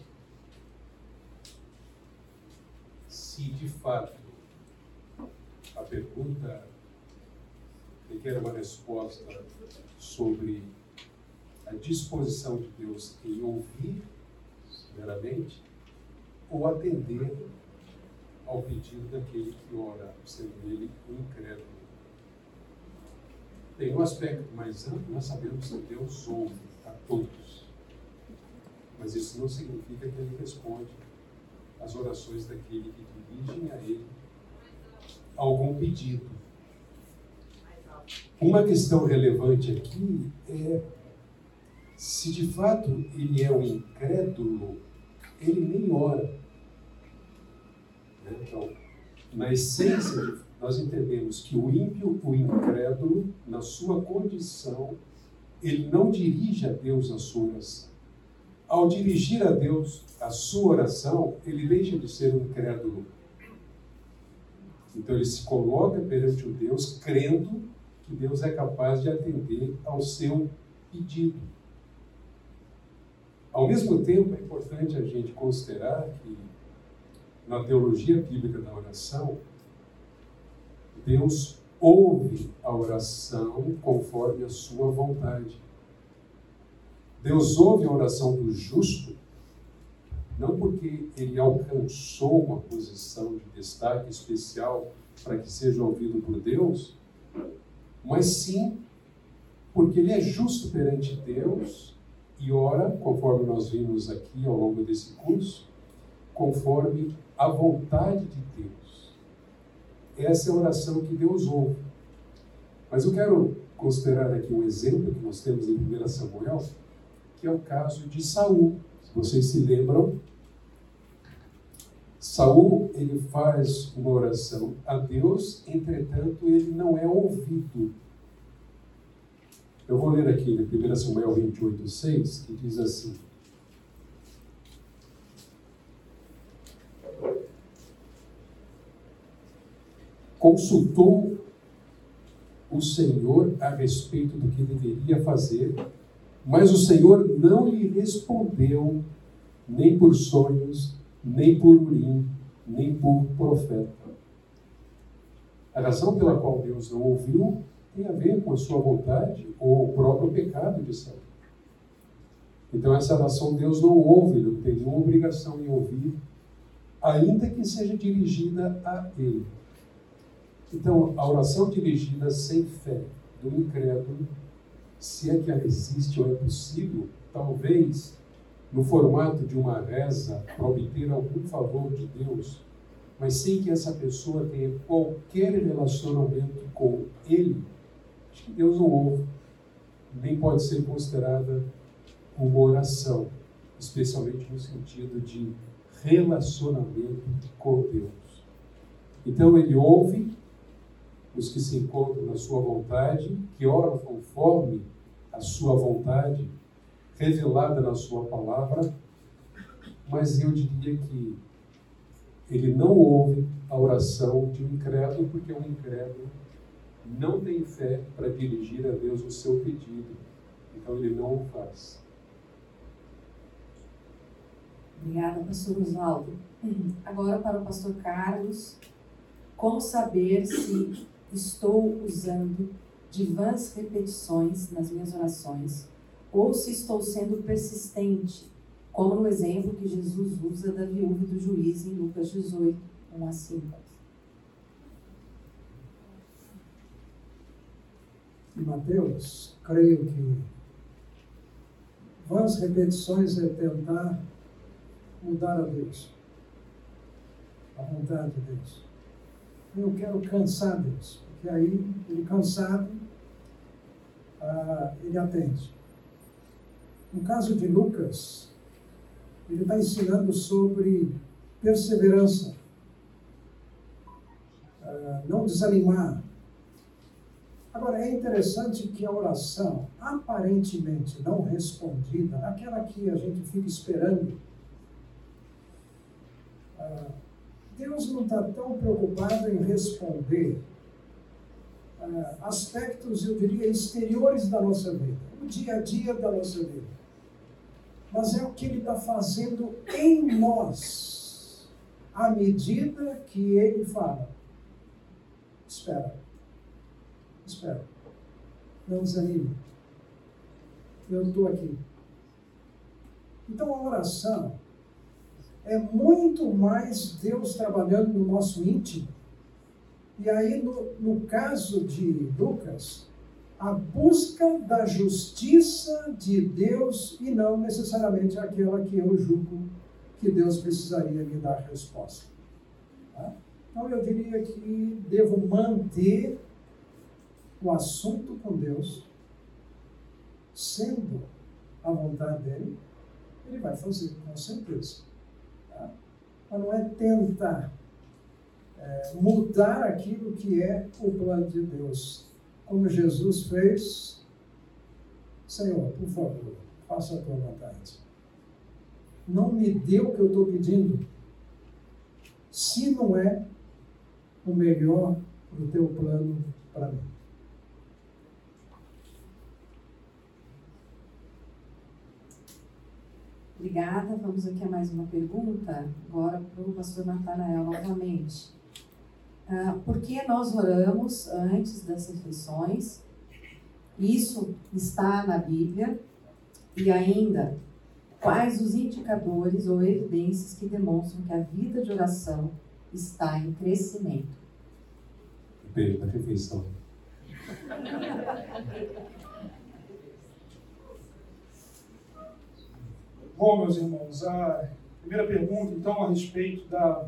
Speaker 4: se de fato a pergunta requer uma resposta sobre a disposição de Deus em ouvir, meramente, ou atender ao pedido daquele que ora, sendo ele um incrédulo. Tem um aspecto mais amplo, nós sabemos que Deus ouve a todos, mas isso não significa que ele responde às orações daquele que dirigem a ele algum pedido. Uma questão relevante aqui é se de fato ele é um incrédulo, ele nem ora. Então, na essência, nós entendemos que o ímpio, o incrédulo, na sua condição, ele não dirige a Deus a sua oração. Ao dirigir a Deus a sua oração, ele deixa de ser um incrédulo. Então ele se coloca perante o Deus, crendo que Deus é capaz de atender ao seu pedido. Ao mesmo tempo, é importante a gente considerar que, na teologia bíblica da oração, Deus ouve a oração conforme a sua vontade. Deus ouve a oração do justo, não porque ele alcançou uma posição de destaque especial para que seja ouvido por Deus, mas sim porque ele é justo perante Deus e ora, conforme nós vimos aqui ao longo desse curso, conforme a vontade de Deus. Essa é a oração que Deus ouve. Mas eu quero considerar aqui um exemplo que nós temos em 1 Samuel, que é o caso de Saul. Se vocês se lembram, Saul, ele faz uma oração a Deus, entretanto, ele não é ouvido. Eu vou ler aqui em 1 Samuel 28:6, que diz assim: consultou o Senhor a respeito do que deveria fazer, mas o Senhor não lhe respondeu, nem por sonhos, nem por Urim, nem por profeta. A razão pela qual Deus não ouviu tem a ver com a sua vontade ou o próprio pecado de Saul. Então essa oração Deus não ouve, ele não tem nenhuma obrigação em ouvir, ainda que seja dirigida a ele. Então a oração dirigida sem fé do incrédulo, se é que ela existe ou é possível, talvez no formato de uma reza para obter algum favor de Deus, mas sem que essa pessoa tenha qualquer relacionamento com ele, acho que Deus não ouve, nem pode ser considerada uma oração, especialmente no sentido de relacionamento com Deus. Então ele ouve os que se encontram na sua vontade, que oram conforme a sua vontade, revelada na sua palavra, mas eu diria que ele não ouve a oração de um incrédulo, porque um incrédulo não tem fé para dirigir a Deus o seu pedido. Então ele não o faz.
Speaker 2: Obrigada, pastor Oswaldo. Agora para o pastor Carlos. Como saber se estou usando de vãs repetições nas minhas orações ou se estou sendo persistente, como no exemplo que Jesus usa da viúva e do juiz em Lucas 18, 1-5.
Speaker 5: Em Mateus, creio que vãs repetições é tentar mudar a Deus, a vontade de Deus. Eu quero cansar Deus, porque aí, ele cansado, ele atende. No caso de Lucas, ele está ensinando sobre perseverança, não desanimar. Agora, é interessante que a oração, aparentemente não respondida, aquela que a gente fica esperando, Deus não está tão preocupado em responder aspectos, eu diria, exteriores da nossa vida, o dia a dia da nossa vida. Mas é o que Ele está fazendo em nós, à medida que Ele fala. Espera, não desanime, eu estou aqui. Então a oração é muito mais Deus trabalhando no nosso íntimo. E aí, no caso de Lucas, a busca da justiça de Deus e não necessariamente aquela que eu julgo que Deus precisaria me dar resposta. Tá? Então, eu diria que devo manter o assunto com Deus, sendo a vontade dele, ele vai fazer, com certeza. Tá? Mas não é tentar mudar aquilo que é o plano de Deus. Como Jesus fez, Senhor, por favor, faça a tua vontade. Não me dê o que eu estou pedindo, se não é o melhor do teu plano para mim.
Speaker 2: Obrigada. Vamos aqui a mais uma pergunta, agora para o pastor Natanael novamente. por que nós oramos antes das refeições. Isso está na Bíblia. E ainda, quais os indicadores ou evidências que demonstram que a vida de oração está em crescimento?
Speaker 4: Depende da refeição.
Speaker 3: Bom, meus irmãos, a primeira pergunta, então, a respeito da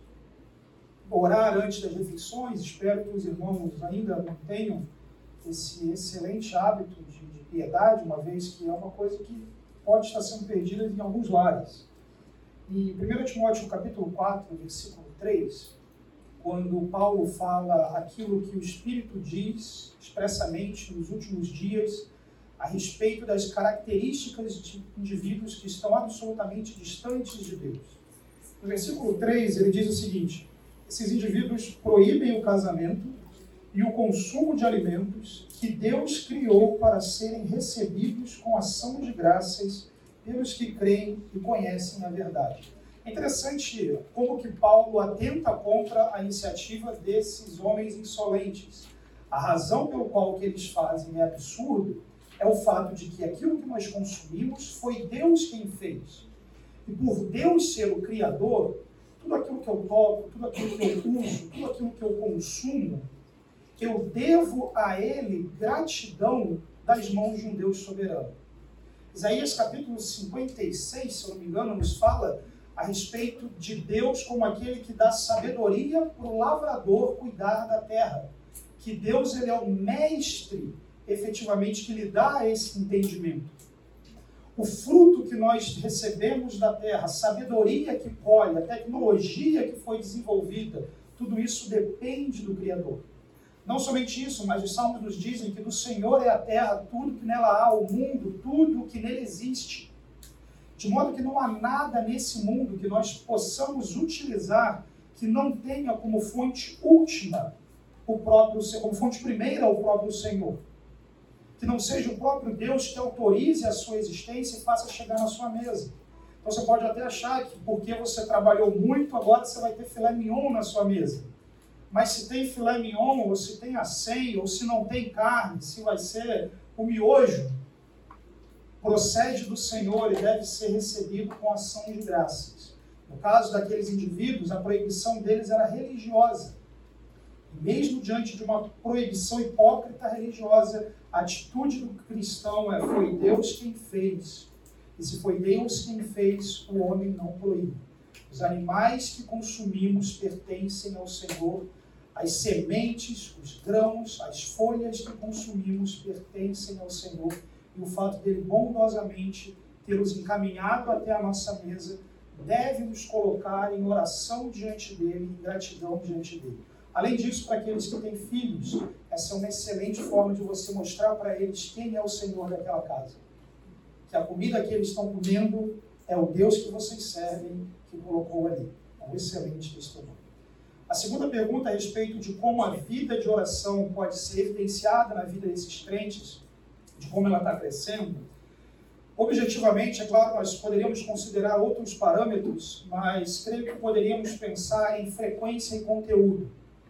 Speaker 3: orar antes das refeições. Espero que os irmãos ainda mantenham esse excelente hábito de piedade, uma vez que é uma coisa que pode estar sendo perdida em alguns lares. Em 1 Timóteo capítulo 4, versículo 3, quando Paulo fala aquilo que o Espírito diz expressamente nos últimos dias a respeito das características de indivíduos que estão absolutamente distantes de Deus. No versículo 3, ele diz o seguinte: esses indivíduos proíbem o casamento e o consumo de alimentos que Deus criou para serem recebidos com ação de graças pelos que creem e conhecem a verdade. É interessante como que Paulo atenta contra a iniciativa desses homens insolentes. A razão pelo qual o que eles fazem é absurdo é o fato de que aquilo que nós consumimos foi Deus quem fez. E por Deus ser o Criador, tudo aquilo que eu toco, tudo aquilo que eu uso, tudo aquilo que eu consumo, eu devo a Ele gratidão das mãos de um Deus soberano. Isaías capítulo 56, se eu não me engano, nos fala a respeito de Deus como aquele que dá sabedoria para o lavrador cuidar da terra. Que Deus, ele é o mestre, efetivamente, que lhe dá esse entendimento. O fruto que nós recebemos da terra, a sabedoria que colhe, a tecnologia que foi desenvolvida, tudo isso depende do Criador. Não somente isso, mas os salmos nos dizem que do Senhor é a terra, tudo que nela há, o mundo, tudo que nele existe. De modo que não há nada nesse mundo que nós possamos utilizar que não tenha como fonte última o próprio, como fonte primeira o próprio Senhor. Que não seja o próprio Deus que autorize a sua existência e faça chegar na sua mesa. Então você pode até achar que porque você trabalhou muito, agora você vai ter filé mignon na sua mesa. Mas se tem filé mignon, ou se tem acém, ou se não tem carne, se vai ser o miojo, procede do Senhor e deve ser recebido com ação de graças. No caso daqueles indivíduos, a proibição deles era religiosa. E mesmo diante de uma proibição hipócrita religiosa, a atitude do cristão foi Deus quem fez. E se foi Deus quem fez, o homem não proíbe. Os animais que consumimos pertencem ao Senhor. As sementes, os grãos, as folhas que consumimos pertencem ao Senhor. E o fato dele bondosamente ter-os encaminhado até a nossa mesa deve nos colocar em oração diante dele, em gratidão diante dele. Além disso, para aqueles que têm filhos, essa é uma excelente forma de você mostrar para eles quem é o Senhor daquela casa. Que a comida que eles estão comendo é o Deus que vocês servem, que colocou ali. É um excelente testemunho. A segunda pergunta a respeito de como a vida de oração pode ser evidenciada na vida desses crentes, de como ela está crescendo. Objetivamente, é claro, nós poderíamos considerar outros parâmetros, mas creio que poderíamos pensar em frequência e conteúdo.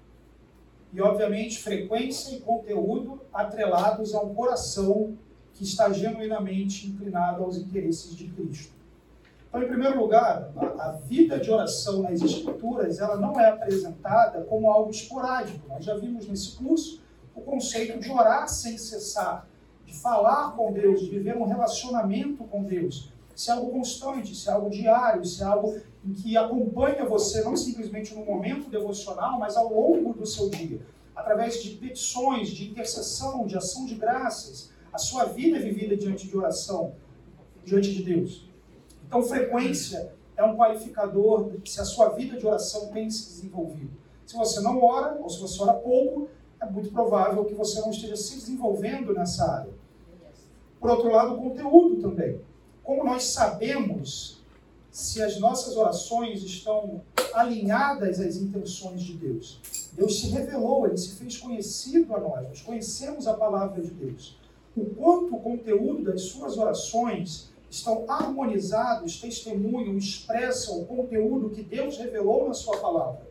Speaker 3: E, obviamente, frequência e conteúdo atrelados a um coração que está genuinamente inclinado aos interesses de Cristo. Então, em primeiro lugar, a vida de oração nas Escrituras, ela não é apresentada como algo esporádico. Nós já vimos nesse curso o conceito de orar sem cessar, de falar com Deus, de viver um relacionamento com Deus. Se é algo constante, se é algo diário, se é algo em que acompanha você, não simplesmente no momento devocional, mas ao longo do seu dia, através de petições, de intercessão, de ação de graças. A sua vida é vivida diante de oração, diante de Deus. Então, frequência é um qualificador de se a sua vida de oração tem se desenvolvido. Se você não ora, ou se você ora pouco, é muito provável que você não esteja se desenvolvendo nessa área. Por outro lado, o conteúdo também. Como nós sabemos se as nossas orações estão alinhadas às intenções de Deus? Deus se revelou, Ele se fez conhecido a nós conhecemos a palavra de Deus. O quanto o conteúdo das suas orações estão harmonizados, testemunham, expressam o conteúdo que Deus revelou na sua palavra.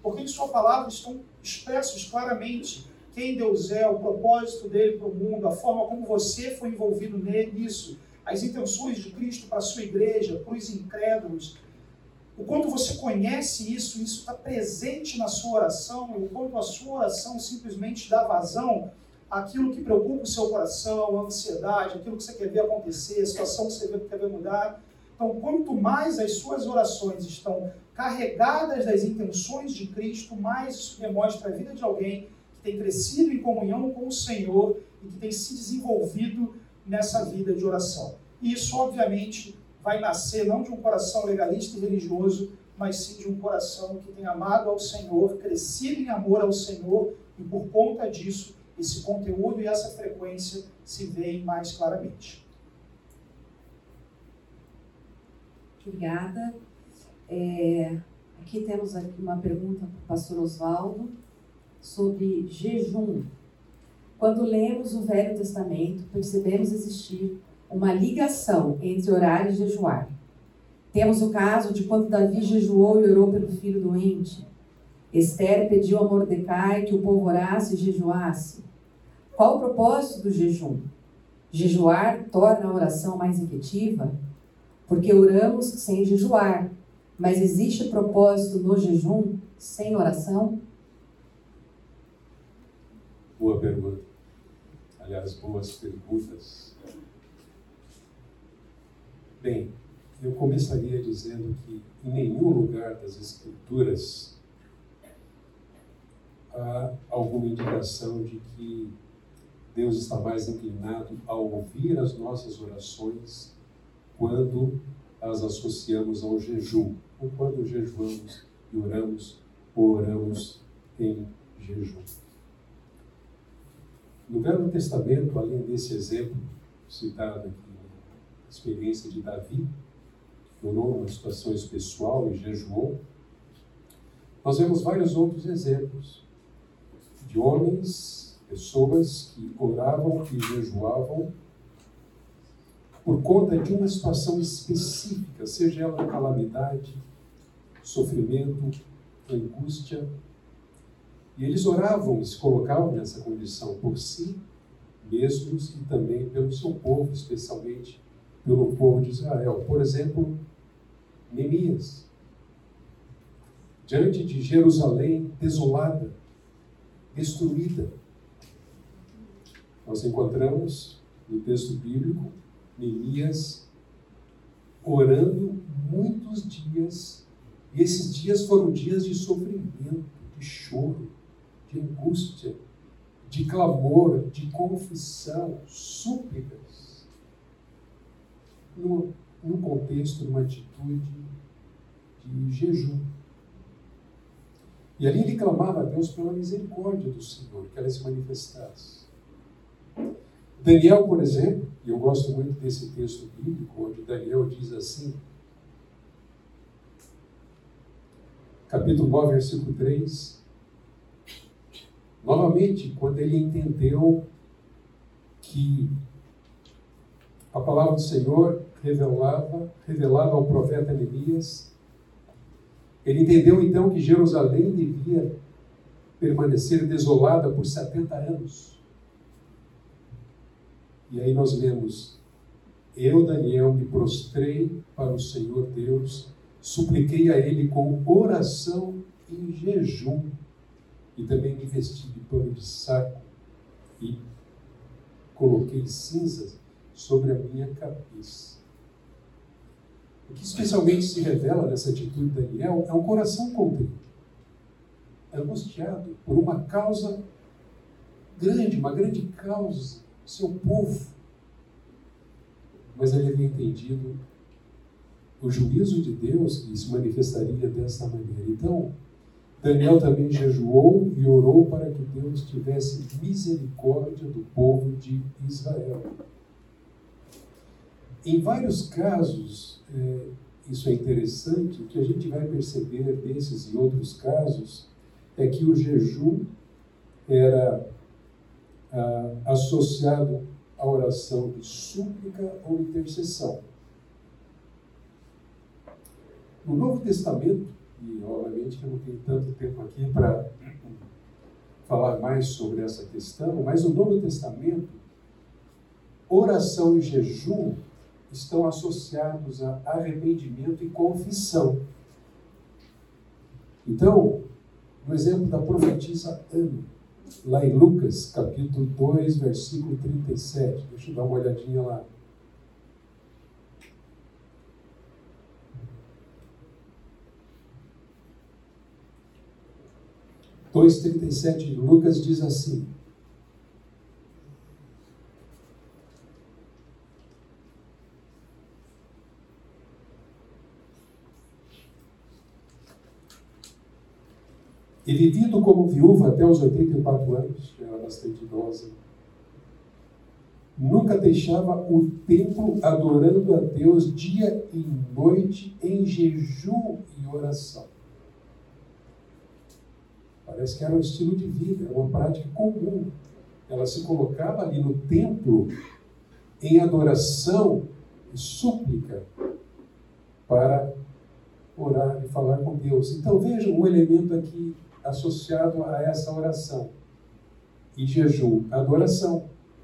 Speaker 3: porque em sua palavra estão expressos claramente quem Deus é, o propósito dele para o mundo, a forma como você foi envolvido nisso, as intenções de Cristo para a sua igreja, para os incrédulos. O quanto você conhece isso está presente na sua oração, e o quanto a sua oração simplesmente dá vazão àquilo que preocupa o seu coração, a ansiedade, aquilo que você quer ver acontecer, a situação que você quer ver mudar. Então, quanto mais as suas orações estão carregadas das intenções de Cristo, mais isso demonstra a vida de alguém que tem crescido em comunhão com o Senhor e que tem se desenvolvido nessa vida de oração. E isso, obviamente, vai nascer não de um coração legalista e religioso, mas sim de um coração que tem amado ao Senhor, crescido em amor ao Senhor, e por conta disso, esse conteúdo e essa frequência se veem mais claramente.
Speaker 2: Obrigada. Aqui temos uma pergunta para o pastor Oswaldo sobre jejum. Quando lemos o Velho Testamento, percebemos existir uma ligação entre orar e jejuar. Temos o caso de quando Davi jejuou e orou pelo filho doente. Esther pediu a Mordecai que o povo orasse e jejuasse. Qual o propósito do jejum? Jejuar torna a oração mais efetiva? Porque oramos sem jejuar, mas existe propósito no jejum sem oração?
Speaker 4: Boa pergunta. Aliás, boas perguntas. Bem, eu começaria dizendo que em nenhum lugar das Escrituras há alguma indicação de que Deus está mais inclinado a ouvir as nossas orações quando as associamos ao jejum, ou quando jejuamos e oramos, ou oramos em jejum. No Velho Testamento, além desse exemplo citado aqui, a experiência de Davi, que orou numa situação especial e jejuou, nós vemos vários outros exemplos de homens, pessoas que oravam e jejuavam por conta de uma situação específica, seja ela calamidade, sofrimento, angústia. E eles oravam e se colocavam nessa condição por si mesmos e também pelo seu povo, especialmente pelo povo de Israel. Por exemplo, Neemias, diante de Jerusalém desolada, destruída. Nós encontramos no texto bíblico Neemias orando muitos dias, e esses dias foram dias de sofrimento, de choro, de angústia, de clamor, de confissão, súplicas, num contexto, numa atitude de jejum. E ali ele clamava a Deus pela misericórdia do Senhor, que ela se manifestasse. Daniel, por exemplo, e eu gosto muito desse texto bíblico, onde Daniel diz assim, capítulo 9, versículo 3, novamente, quando ele entendeu que a palavra do Senhor revelava ao profeta Neemias, ele entendeu então que Jerusalém devia permanecer desolada por 70 anos. E aí nós lemos, eu, Daniel, me prostrei para o Senhor Deus, supliquei a Ele com oração e jejum, e também me vesti de pano de saco e coloquei cinzas sobre a minha cabeça. O que especialmente se revela nessa atitude de Daniel é um coração contrito, angustiado por uma causa grande, uma grande causa, seu povo. Mas ele havia entendido o juízo de Deus que se manifestaria dessa maneira. Então, Daniel também jejuou e orou para que Deus tivesse misericórdia do povo de Israel. Em vários casos, isso é interessante, o que a gente vai perceber desses e outros casos é que o jejum era associado à oração de súplica ou intercessão. No Novo Testamento, e obviamente que eu não tenho tanto tempo aqui para falar mais sobre essa questão, mas no Novo Testamento, oração e jejum estão associados a arrependimento e confissão. Então, no exemplo da profetisa Ana, lá em Lucas, capítulo 2, versículo 37, deixa eu dar uma olhadinha lá. (2:37) 2:37 de Lucas diz assim: e vivido como viúva até os 84 anos, já era bastante idosa, nunca deixava o templo adorando a Deus dia e noite em jejum e oração. Parece que era um estilo de vida, era uma prática comum. Ela se colocava ali no templo em adoração e súplica para orar e falar com Deus. Então vejam um elemento aqui associado a essa oração e jejum, adoração.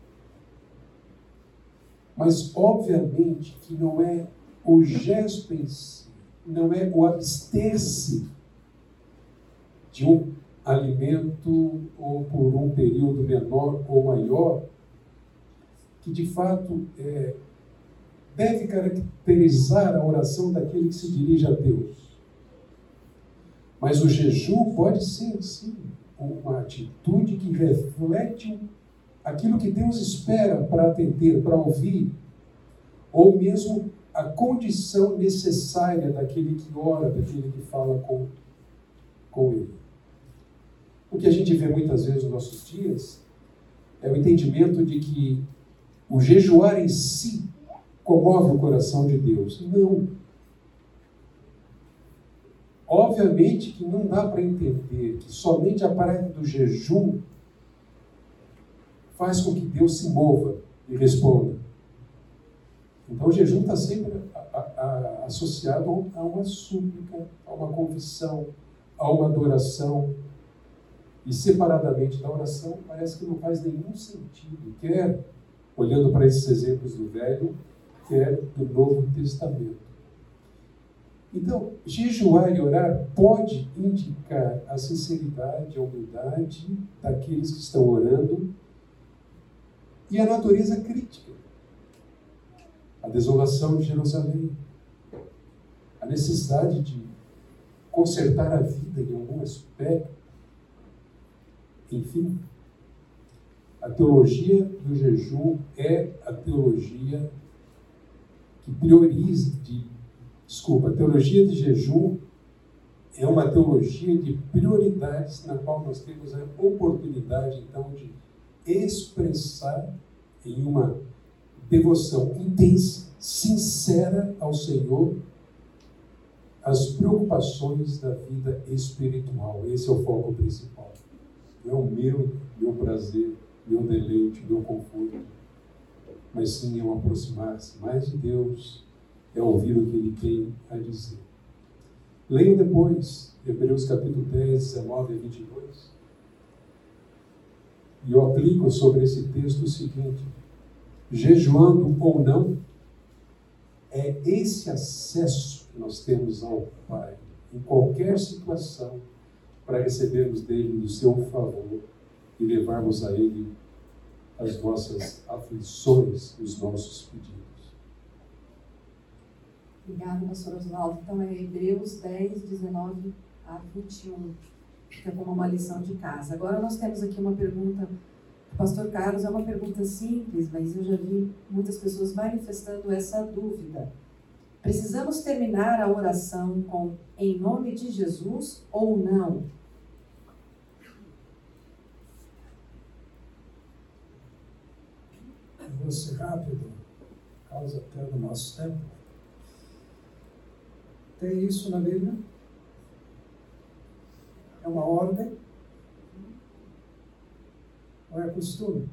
Speaker 4: Mas obviamente que não é o gesto em si, não é o abster-se de um alimento ou por um período menor ou maior, que de fato deve caracterizar a oração daquele que se dirige a Deus. Mas o jejum pode ser, sim, uma atitude que reflete aquilo que Deus espera para atender, para ouvir, ou mesmo a condição necessária daquele que ora, daquele que fala com Ele. O que a gente vê muitas vezes nos nossos dias é o entendimento de que o jejuar em si comove o coração de Deus. Não. Obviamente que não dá para entender que somente a prática do jejum faz com que Deus se mova e responda. Então o jejum está sempre associado a uma súplica, a uma confissão, a uma adoração. E separadamente da oração, parece que não faz nenhum sentido, quer olhando para esses exemplos do Velho, quer do Novo Testamento. Então, jejuar e orar pode indicar a sinceridade, a humildade daqueles que estão orando e a natureza crítica. A desolação de Jerusalém, a necessidade de consertar a vida em algum aspecto. Enfim, a teologia do jejum é a teologia que prioriza, a teologia de jejum é uma teologia de prioridades na qual nós temos a oportunidade, então, de expressar em uma devoção intensa, sincera ao Senhor, as preocupações da vida espiritual. Esse é o foco principal. Não é o meu prazer, meu deleite, meu conforto, mas sim é um aproximar-se mais de Deus, é ouvir o que Ele tem a dizer. Leiam depois, Hebreus capítulo 10, 19 e 22. E eu aplico sobre esse texto o seguinte: jejuando ou não, é esse acesso que nós temos ao Pai, em qualquer situação, para recebermos dele o seu favor e levarmos a ele as nossas aflições, os nossos pedidos.
Speaker 2: Obrigada, pastor Oswaldo. Então é Hebreus 10, 19 a 21, que é como uma lição de casa. Agora nós temos aqui uma pergunta do pastor Carlos, é uma pergunta simples, mas eu já vi muitas pessoas manifestando essa dúvida. Precisamos terminar a oração com "em nome de Jesus" ou não?
Speaker 5: Eu vou ser rápido, por causa até do nosso tempo. Tem isso na Bíblia? É uma ordem? Ou é costume?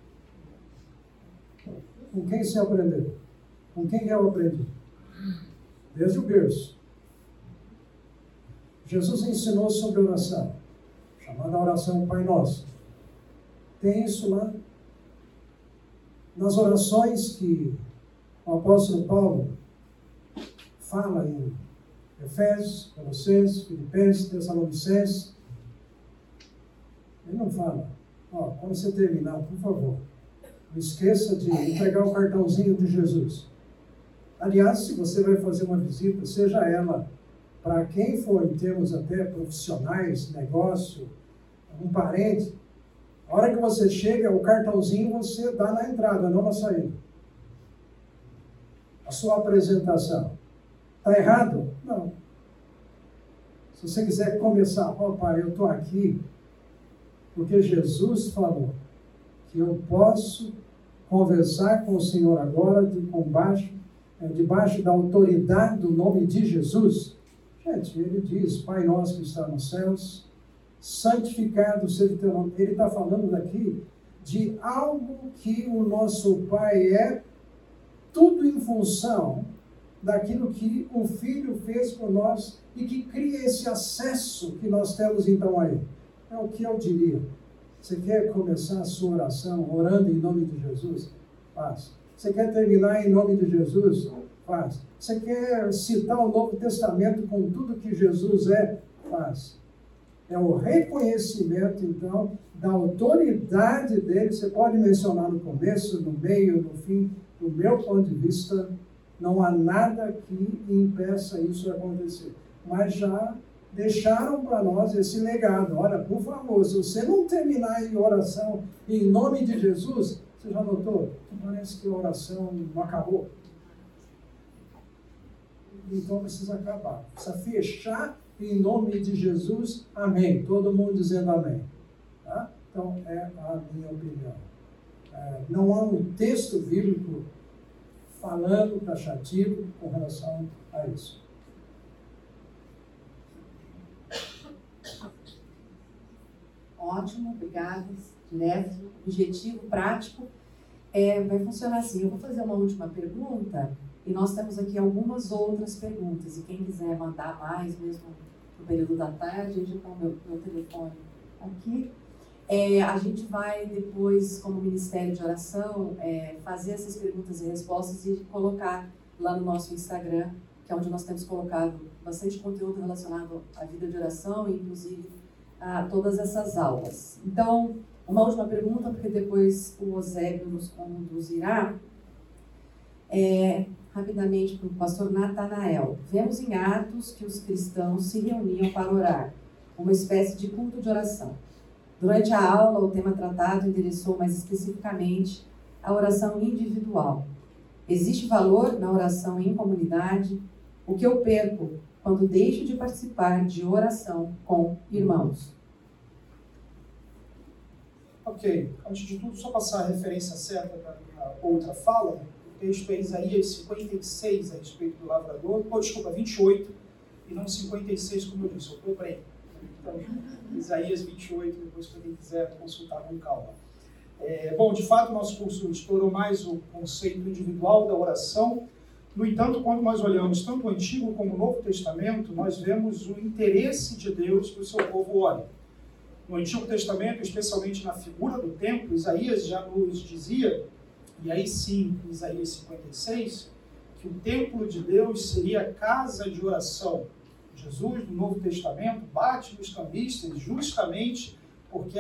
Speaker 5: Com quem você aprendeu? Com quem eu aprendi? Desde o berço. Jesus ensinou sobre oração, chamada oração Pai Nosso. Tem isso lá. Nas orações que o apóstolo Paulo fala em Efésios, Colossenses, Filipenses, Tessalonicenses, ele não fala, quando você terminar, por favor, não esqueça de entregar o cartãozinho de Jesus. Aliás, se você vai fazer uma visita, seja ela para quem for, em termos até profissionais, negócio, um parente, a hora que você chega, o cartãozinho você dá na entrada, não na saída. A sua apresentação. Está errado? Não. Se você quiser começar, pai, eu estou aqui porque Jesus falou que eu posso conversar com o Senhor agora debaixo da autoridade do nome de Jesus. Gente, ele diz, Pai nosso que está nos céus, santificado seja o teu nome. Ele está falando daqui de algo que o nosso Pai é, tudo em função daquilo que o Filho fez por nós e que cria esse acesso que nós temos então a Ele. É o que eu diria. Você quer começar a sua oração orando em nome de Jesus? Faz. Você quer terminar em nome de Jesus? Faz. Você quer citar o Novo Testamento com tudo que Jesus é? Faz. É o reconhecimento, então, da autoridade dele. Você pode mencionar no começo, no meio, no fim. Do meu ponto de vista, não há nada que impeça isso de acontecer. Mas já deixaram para nós esse legado. Olha, por favor, se você não terminar em oração em nome de Jesus, você já notou? Parece que a oração não acabou. Então precisa acabar. Precisa fechar em nome de Jesus. Amém. Todo mundo dizendo amém. Tá? Então, é a minha opinião. Não há um texto bíblico falando taxativo com relação a isso.
Speaker 2: Ótimo, obrigada. Direto, objetivo, prático. Vai funcionar assim. Eu vou fazer uma última pergunta e nós temos aqui algumas outras perguntas. E quem quiser mandar mais, mesmo no período da tarde, eu já tenho meu telefone aqui. A gente vai depois, como Ministério de Oração, fazer essas perguntas e respostas e colocar lá no nosso Instagram, que é onde nós temos colocado bastante conteúdo relacionado à vida de oração e, inclusive, a todas essas aulas. Então, uma última pergunta, porque depois o Eusébio nos conduzirá. Rapidamente para o pastor Natanael. Vemos em Atos que os cristãos se reuniam para orar, uma espécie de culto de oração. Durante a aula, o tema tratado endereçou mais especificamente a oração individual. Existe valor na oração em comunidade? O que eu perco quando deixo de participar de oração com irmãos?
Speaker 3: Ok. Antes de tudo, só passar a referência certa para outra fala. O texto é Isaías 56 a respeito do lavrador. Desculpa, 28 e não 56, como eu disse. Eu comprei. Então, Isaías 28, depois para quem quiser consultar com calma. Bom, de fato, o nosso curso explorou mais o conceito individual da oração. No entanto, quando nós olhamos tanto o Antigo como o Novo Testamento, nós vemos o interesse de Deus que o seu povo ore. No Antigo Testamento, especialmente na figura do templo, Isaías já nos dizia, e aí sim, em Isaías 56, que o templo de Deus seria casa de oração. Jesus, no Novo Testamento, bate nos cambistas justamente porque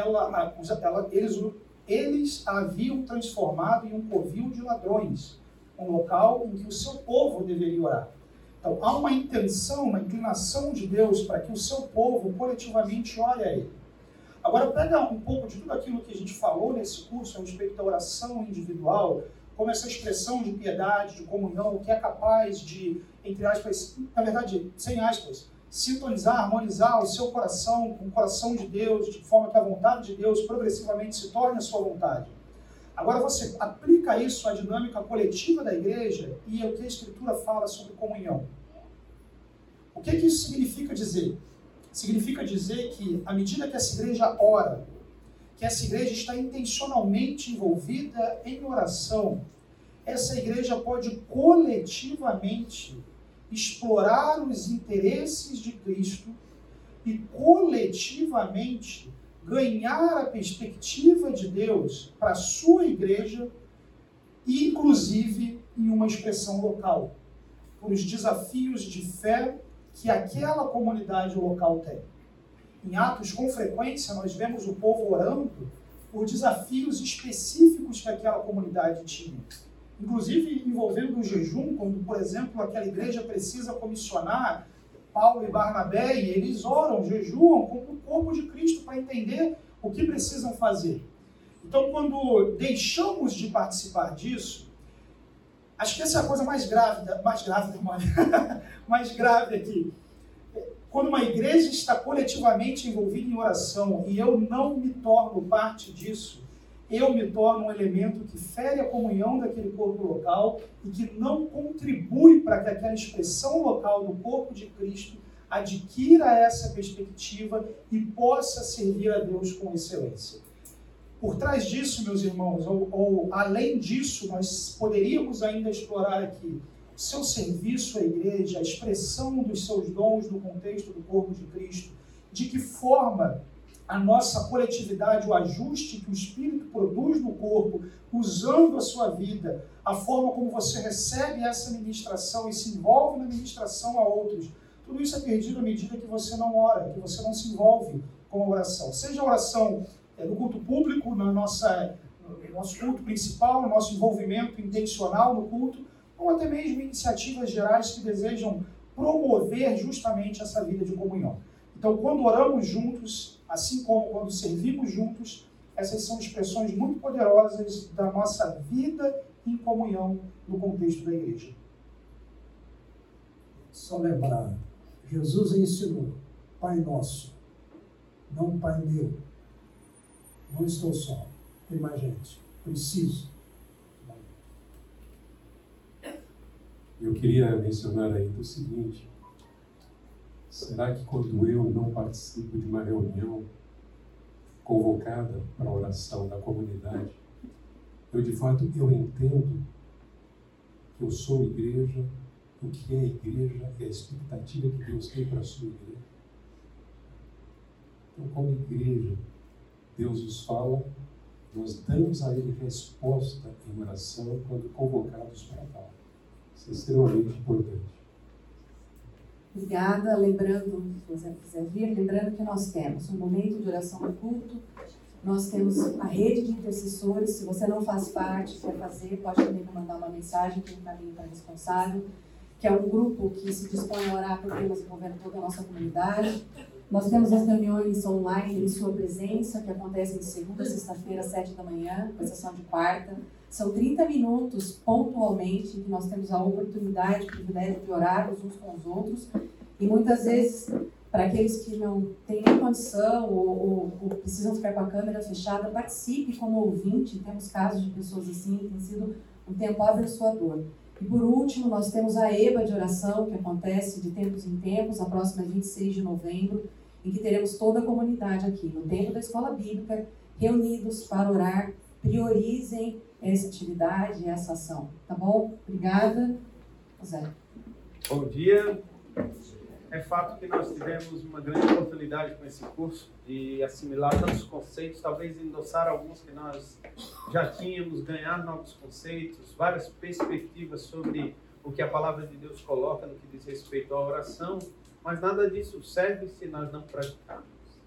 Speaker 3: eles a haviam transformado em um covil de ladrões, um local em que o seu povo deveria orar. Então, há uma intenção, uma inclinação de Deus para que o seu povo coletivamente ore a Ele. Agora, pega um pouco de tudo aquilo que a gente falou nesse curso a respeito da oração individual, como essa expressão de piedade, de comunhão, que é capaz de, entre aspas, na verdade, sem aspas, sintonizar, harmonizar o seu coração com o coração de Deus, de forma que a vontade de Deus progressivamente se torne a sua vontade. Agora você aplica isso à dinâmica coletiva da igreja e é o que a Escritura fala sobre comunhão. O que isso significa dizer? Significa dizer que, à medida que essa igreja ora, que essa igreja está intencionalmente envolvida em oração, essa igreja pode coletivamente explorar os interesses de Cristo e coletivamente ganhar a perspectiva de Deus para a sua igreja, inclusive em uma expressão local, por os desafios de fé que aquela comunidade local tem. Em Atos, com frequência, nós vemos o povo orando por desafios específicos que aquela comunidade tinha. Inclusive envolvendo o jejum, quando, por exemplo, aquela igreja precisa comissionar Paulo e Barnabé, e eles oram, jejuam como o corpo de Cristo para entender o que precisam fazer. Então, quando deixamos de participar disso, acho que essa é a coisa mais grave aqui. Quando uma igreja está coletivamente envolvida em oração e eu não me torno parte disso, eu me torno um elemento que fere a comunhão daquele corpo local e que não contribui para que aquela expressão local do corpo de Cristo adquira essa perspectiva e possa servir a Deus com excelência. Por trás disso, meus irmãos, ou além disso, nós poderíamos ainda explorar aqui o seu serviço à igreja, a expressão dos seus dons no contexto do corpo de Cristo, de que forma a nossa coletividade, o ajuste que o Espírito produz no corpo, usando a sua vida, a forma como você recebe essa ministração e se envolve na ministração a outros. Tudo isso é perdido à medida que você não ora, que você não se envolve com a oração. Seja a oração no culto público, no nosso culto principal, no nosso envolvimento intencional no culto, ou até mesmo iniciativas gerais que desejam promover justamente essa vida de comunhão. Então, quando oramos juntos, assim como quando servimos juntos, essas são expressões muito poderosas da nossa vida em comunhão no contexto da igreja.
Speaker 5: Só lembrar, Jesus ensinou, Pai Nosso, não Pai Meu. Não estou só, tem mais gente. Preciso.
Speaker 4: Eu queria mencionar ainda o seguinte: será que quando eu não participo de uma reunião convocada para a oração da comunidade, eu entendo que eu sou igreja, o que é igreja e a expectativa que Deus tem para a sua igreja? Então, como igreja, Deus nos fala, nós damos a Ele resposta em oração quando convocados para tal. Isso é extremamente importante.
Speaker 2: Obrigada. Lembrando, se você quiser vir, lembrando que nós temos um momento de oração no culto, nós temos a rede de intercessores. Se você não faz parte, quer fazer, pode também mandar uma mensagem que encaminha para responsável, que é um grupo que se dispõe a orar por temas envolvendo toda a nossa comunidade. Nós temos as reuniões online em sua presença, que acontecem de segunda a sexta-feira, às 7 da manhã, com exceção de quarta. São 30 minutos, pontualmente, que nós temos a oportunidade, o privilégio de orarmos uns com os outros. E muitas vezes, para aqueles que não têm condição ou precisam ficar com a câmera fechada, participe como ouvinte. Temos casos de pessoas assim, tem sido um tempo abençoador. E por último, nós temos a EBA de oração, que acontece de tempos em tempos, a próxima é 26 de novembro, em que teremos toda a comunidade aqui, no templo da Escola Bíblica, reunidos para orar. Priorizem essa atividade, essa ação. Tá bom? Obrigada. Zé.
Speaker 6: Bom dia. É fato que nós tivemos uma grande oportunidade com esse curso de assimilar tantos conceitos, talvez endossar alguns que nós já tínhamos, ganhar novos conceitos, várias perspectivas sobre o que a palavra de Deus coloca no que diz respeito à oração, mas nada disso serve se nós não praticarmos.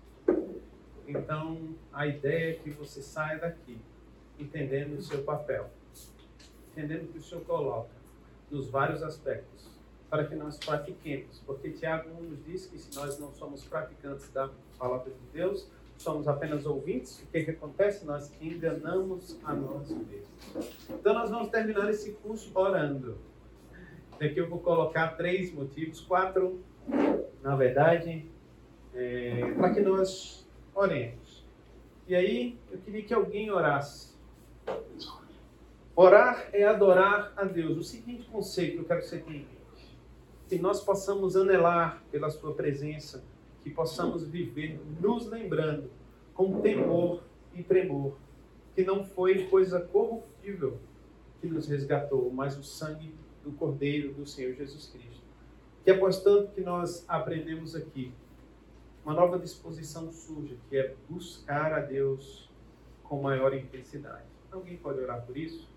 Speaker 6: Então, a ideia é que você saia daqui entendendo o seu papel, entendendo o que o Senhor coloca nos vários aspectos, para que nós pratiquemos, porque Tiago nos diz que se nós não somos praticantes da palavra de Deus, somos apenas ouvintes, o que acontece? Nós enganamos a nós mesmos. Então nós vamos terminar esse curso orando. Aqui eu vou colocar 3 motivos, 4, na verdade, para que nós oremos. E aí eu queria que alguém orasse. Orar é adorar a Deus. O seguinte conceito eu quero que você tenha em mente: que nós possamos anelar pela sua presença, que possamos viver nos lembrando com temor e tremor, que não foi coisa corruptível que nos resgatou, mas o sangue do Cordeiro do Senhor Jesus Cristo. Que após tanto que nós aprendemos aqui, uma nova disposição surge, que é buscar a Deus com maior intensidade. Alguém pode orar por isso?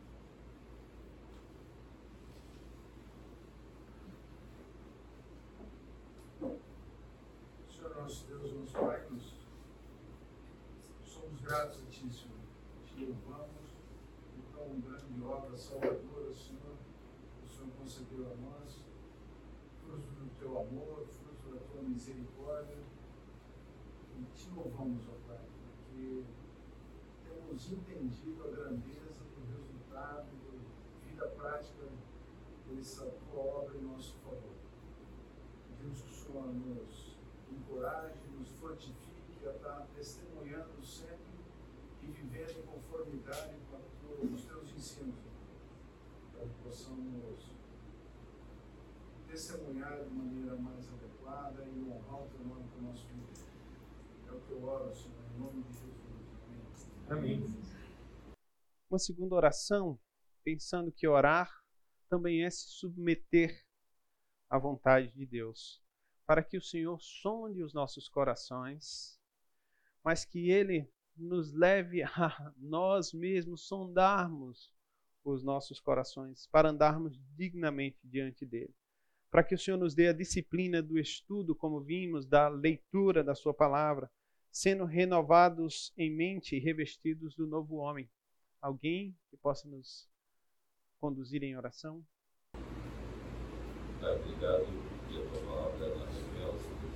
Speaker 7: Senhor nosso Deus, nosso Pai, nós somos gratos a Ti, Senhor. Te louvamos por tão grande obra salvadora, Senhor, que o Senhor concedeu a nós, fruto do Teu amor, fruto da Tua misericórdia. E Te louvamos, ó Pai, porque temos entendido a grandeza do resultado, da vida prática dessa Tua obra em nosso favor. Pedimos que o Senhor nos encoraje, nos fortifique a estar testemunhando sempre e vivendo em conformidade com os Teus ensinos, para que possamos testemunhar de maneira mais adequada e honrar o Teu nome com o nosso vida. É o que eu oro, Senhor, em nome de Jesus.
Speaker 6: Amém. Uma segunda oração, pensando que orar também é se submeter à vontade de Deus, para que o Senhor sonde os nossos corações, mas que Ele nos leve a nós mesmos sondarmos os nossos corações, para andarmos dignamente diante dEle. Para que o Senhor nos dê a disciplina do estudo, como vimos, da leitura da Sua palavra, sendo renovados em mente e revestidos do novo homem. Alguém que possa nos conduzir em oração?
Speaker 8: Pai, obrigado pela Tua palavra, ela revela sobre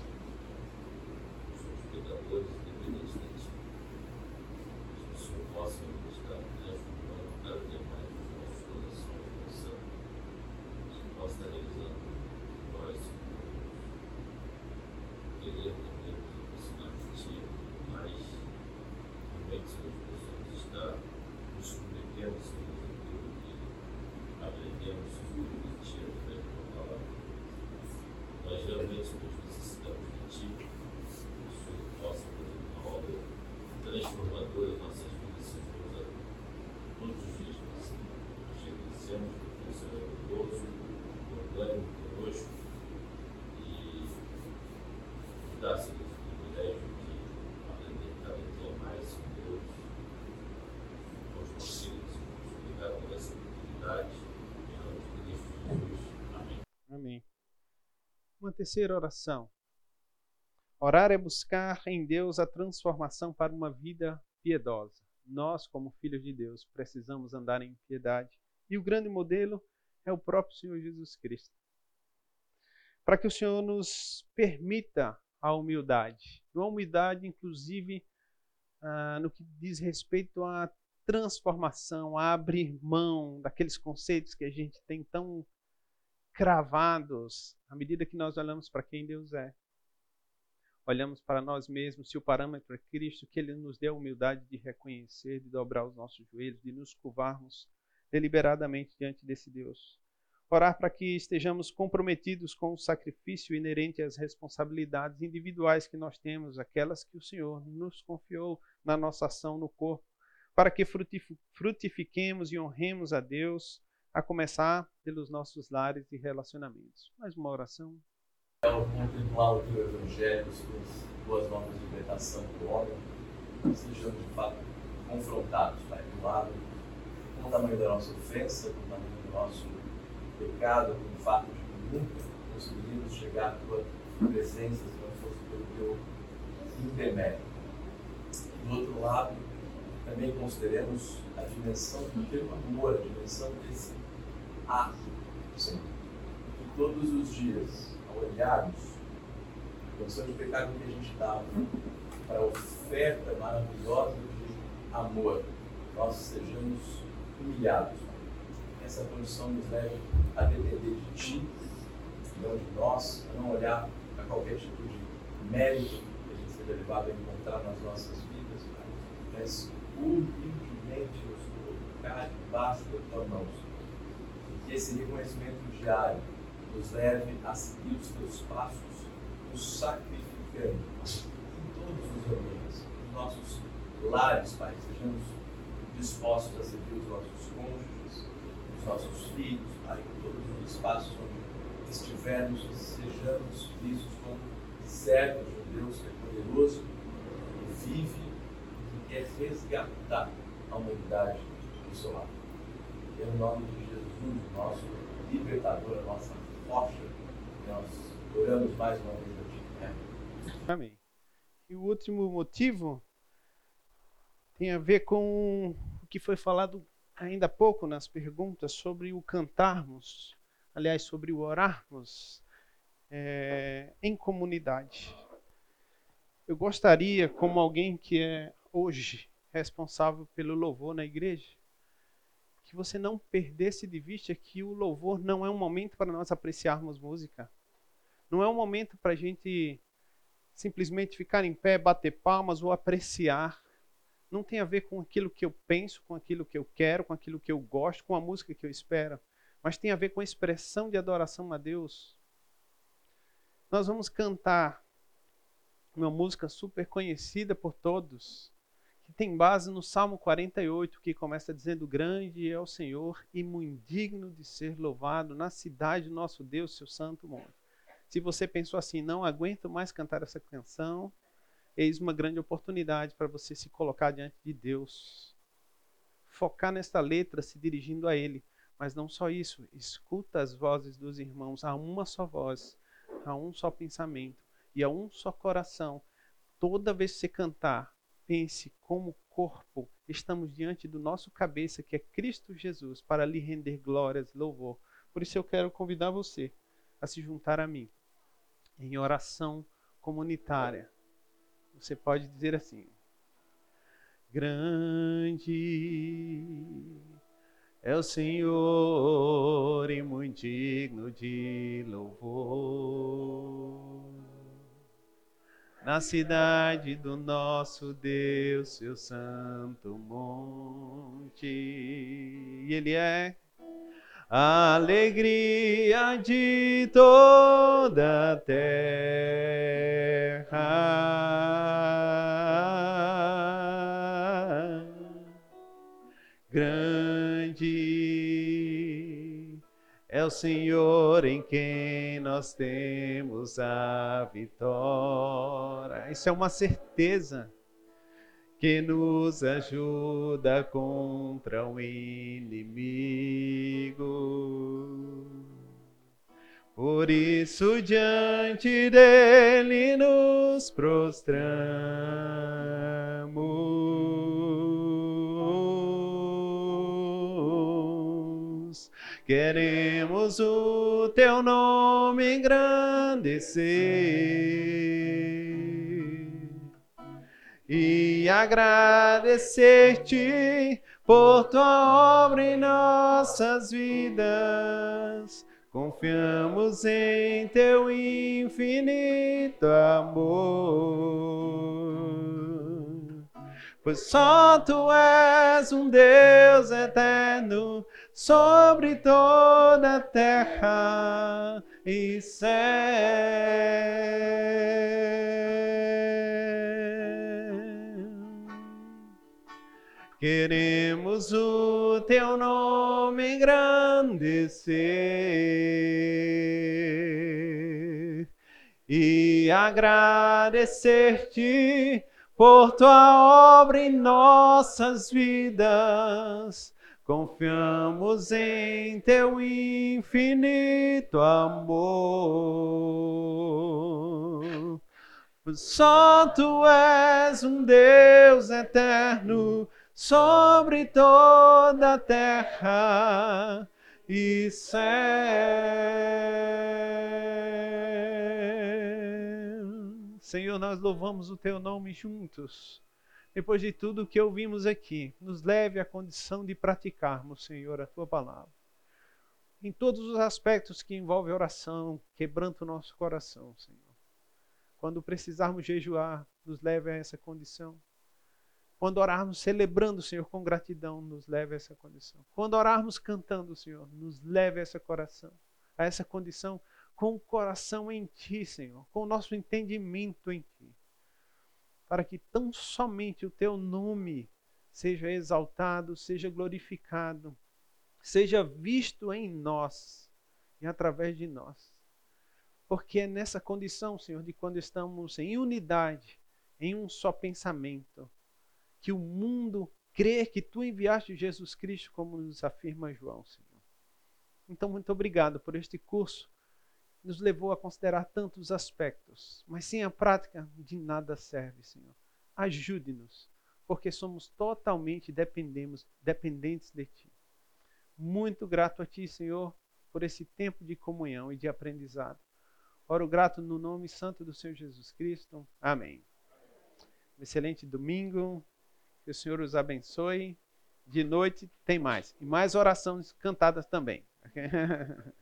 Speaker 8: os pecadores, independentes da história. Que o Senhor possa nos estar transformando cada dia mais os nossos corações e coração. Que o Senhor possa estar realizando nós, querer também nos aproximar de Ti, mas realmente, Senhor, que possamos estar nos submetendo, Senhor, àquilo que aprendemos de Ti através da Tua palavra. Nós realmente, Senhor, necessitamos de Ti, que o Senhor possa fazer uma obra transformadora em nossas vidas, Senhor, todos os dias que nós agradecemos, porque o Senhor é bondoso, orgânico conosco e nos dá, Senhor, o privilégio de aprender cada dia mais com Deus, com os nossos filhos. Obrigado por essa oportunidade, em nome de Cristo Jesus. Amém.
Speaker 6: Amém. Uma terceira oração. Orar é buscar em Deus a transformação para uma vida piedosa. Nós, como filhos de Deus, precisamos andar em piedade. E o grande modelo é o próprio Senhor Jesus Cristo. Para que o Senhor nos permita a humildade. Uma humildade, inclusive, no que diz respeito à transformação, a abrir mão daqueles conceitos que a gente tem tão cravados à medida que nós olhamos para quem Deus é. Olhamos para nós mesmos, se o parâmetro é Cristo, que Ele nos dê a humildade de reconhecer, de dobrar os nossos joelhos, de nos curvarmos deliberadamente diante desse Deus. Orar para que estejamos comprometidos com o sacrifício inerente às responsabilidades individuais que nós temos, aquelas que o Senhor nos confiou na nossa ação no corpo, para que frutifiquemos e honremos a Deus, a começar pelos nossos lares e relacionamentos. Mais uma oração.
Speaker 9: Ao contemplar o Teu Evangelho, as Tuas boas novas de libertação do homem, sejamos de fato confrontados, Pai, do lado com o tamanho da nossa ofensa, com o tamanho do nosso pecado, com o fato de que nunca conseguiríamos chegar à Tua presença se não fosse pelo Teu intermédio. Do outro lado, também consideremos a dimensão do Teu amor, a dimensão desse ato, Senhor, que todos os dias, ao olharmos a condição de pecado que a gente dava para a oferta maravilhosa de amor, nós sejamos humilhados. Essa condição nos leva a depender de Ti, não de nós, a não olhar para qualquer tipo de mérito que a gente seja levado a encontrar nas nossas vidas, mas humildemente nos colocar debaixo das Tuas mãos. E que esse reconhecimento diário nos leve a seguir os Teus passos, nos sacrificando em todos os ambientes, nos nossos lares, Pai, sejamos dispostos a servir os nossos cônjuges, os nossos filhos, Pai, em todos os espaços onde estivermos, sejamos vistos como serve de um Deus que é poderoso, que vive e quer resgatar a humanidade do seu lado. É o nome de Jesus, nosso libertador, a nossa rocha, que nós oramos mais uma vez a Ti.
Speaker 6: Amém. E o último motivo tem a ver com o que foi falado ainda há pouco nas perguntas sobre o cantarmos, aliás, sobre o orarmos em comunidade. Eu gostaria, como alguém que é hoje responsável pelo louvor na igreja, que você não perdesse de vista que o louvor não é um momento para nós apreciarmos música. Não é um momento para a gente simplesmente ficar em pé, bater palmas ou apreciar. Não tem a ver com aquilo que eu penso, com aquilo que eu quero, com aquilo que eu gosto, com a música que eu espero. Mas tem a ver com a expressão de adoração a Deus. Nós vamos cantar uma música super conhecida por todos, que tem base no Salmo 48, que começa dizendo: grande é o Senhor e muito digno de ser louvado na cidade do nosso Deus, seu santo monte. Se você pensou assim, não aguento mais cantar essa canção, eis uma grande oportunidade para você se colocar diante de Deus. Focar nesta letra, se dirigindo a Ele. Mas não só isso, escuta as vozes dos irmãos, há uma só voz, há um só pensamento e há um só coração. Toda vez que você cantar, pense como corpo, estamos diante do nosso cabeça, que é Cristo Jesus, para lhe render glórias, louvor. Por isso eu quero convidar você a se juntar a mim em oração comunitária. Você pode dizer assim: grande é o Senhor e muito digno de louvor na cidade do nosso Deus, seu santo monte. E Ele é a alegria de toda a terra. Grande é o Senhor em quem nós temos a vitória. Isso é uma certeza que nos ajuda contra o inimigo. Por isso diante dele nos prostramos. Queremos o teu nome engrandecer e agradecer-te por tua obra em nossas vidas. Confiamos em teu infinito amor, pois só tu és um Deus eterno sobre toda a terra e céu. Queremos o teu nome engrandecer e agradecer-te por tua obra em nossas vidas. Confiamos em teu infinito amor. Só tu és um Deus eterno sobre toda a terra e céu. Senhor, nós louvamos o teu nome juntos. Depois de tudo que ouvimos aqui, nos leve à condição de praticarmos, Senhor, a tua palavra. Em todos os aspectos que envolvem oração, quebranta o nosso coração, Senhor. Quando precisarmos jejuar, nos leve a essa condição. Quando orarmos celebrando, Senhor, com gratidão, nos leve a essa condição. Quando orarmos cantando, Senhor, nos leve a essa condição, com o coração em Ti, Senhor, com o nosso entendimento em Ti, para que tão somente o Teu nome seja exaltado, seja glorificado, seja visto em nós e através de nós. Porque é nessa condição, Senhor, de quando estamos em unidade, em um só pensamento, que o mundo crê que Tu enviaste Jesus Cristo, como nos afirma João, Senhor. Então, muito obrigado por este curso. Nos levou a considerar tantos aspectos, mas sem a prática de nada serve, Senhor. Ajude-nos, porque somos totalmente dependentes de Ti. Muito grato a Ti, Senhor, por esse tempo de comunhão e de aprendizado. Oro grato no nome santo do Senhor Jesus Cristo. Amém. Um excelente domingo. Que o Senhor os abençoe. De noite tem mais. E mais orações cantadas também.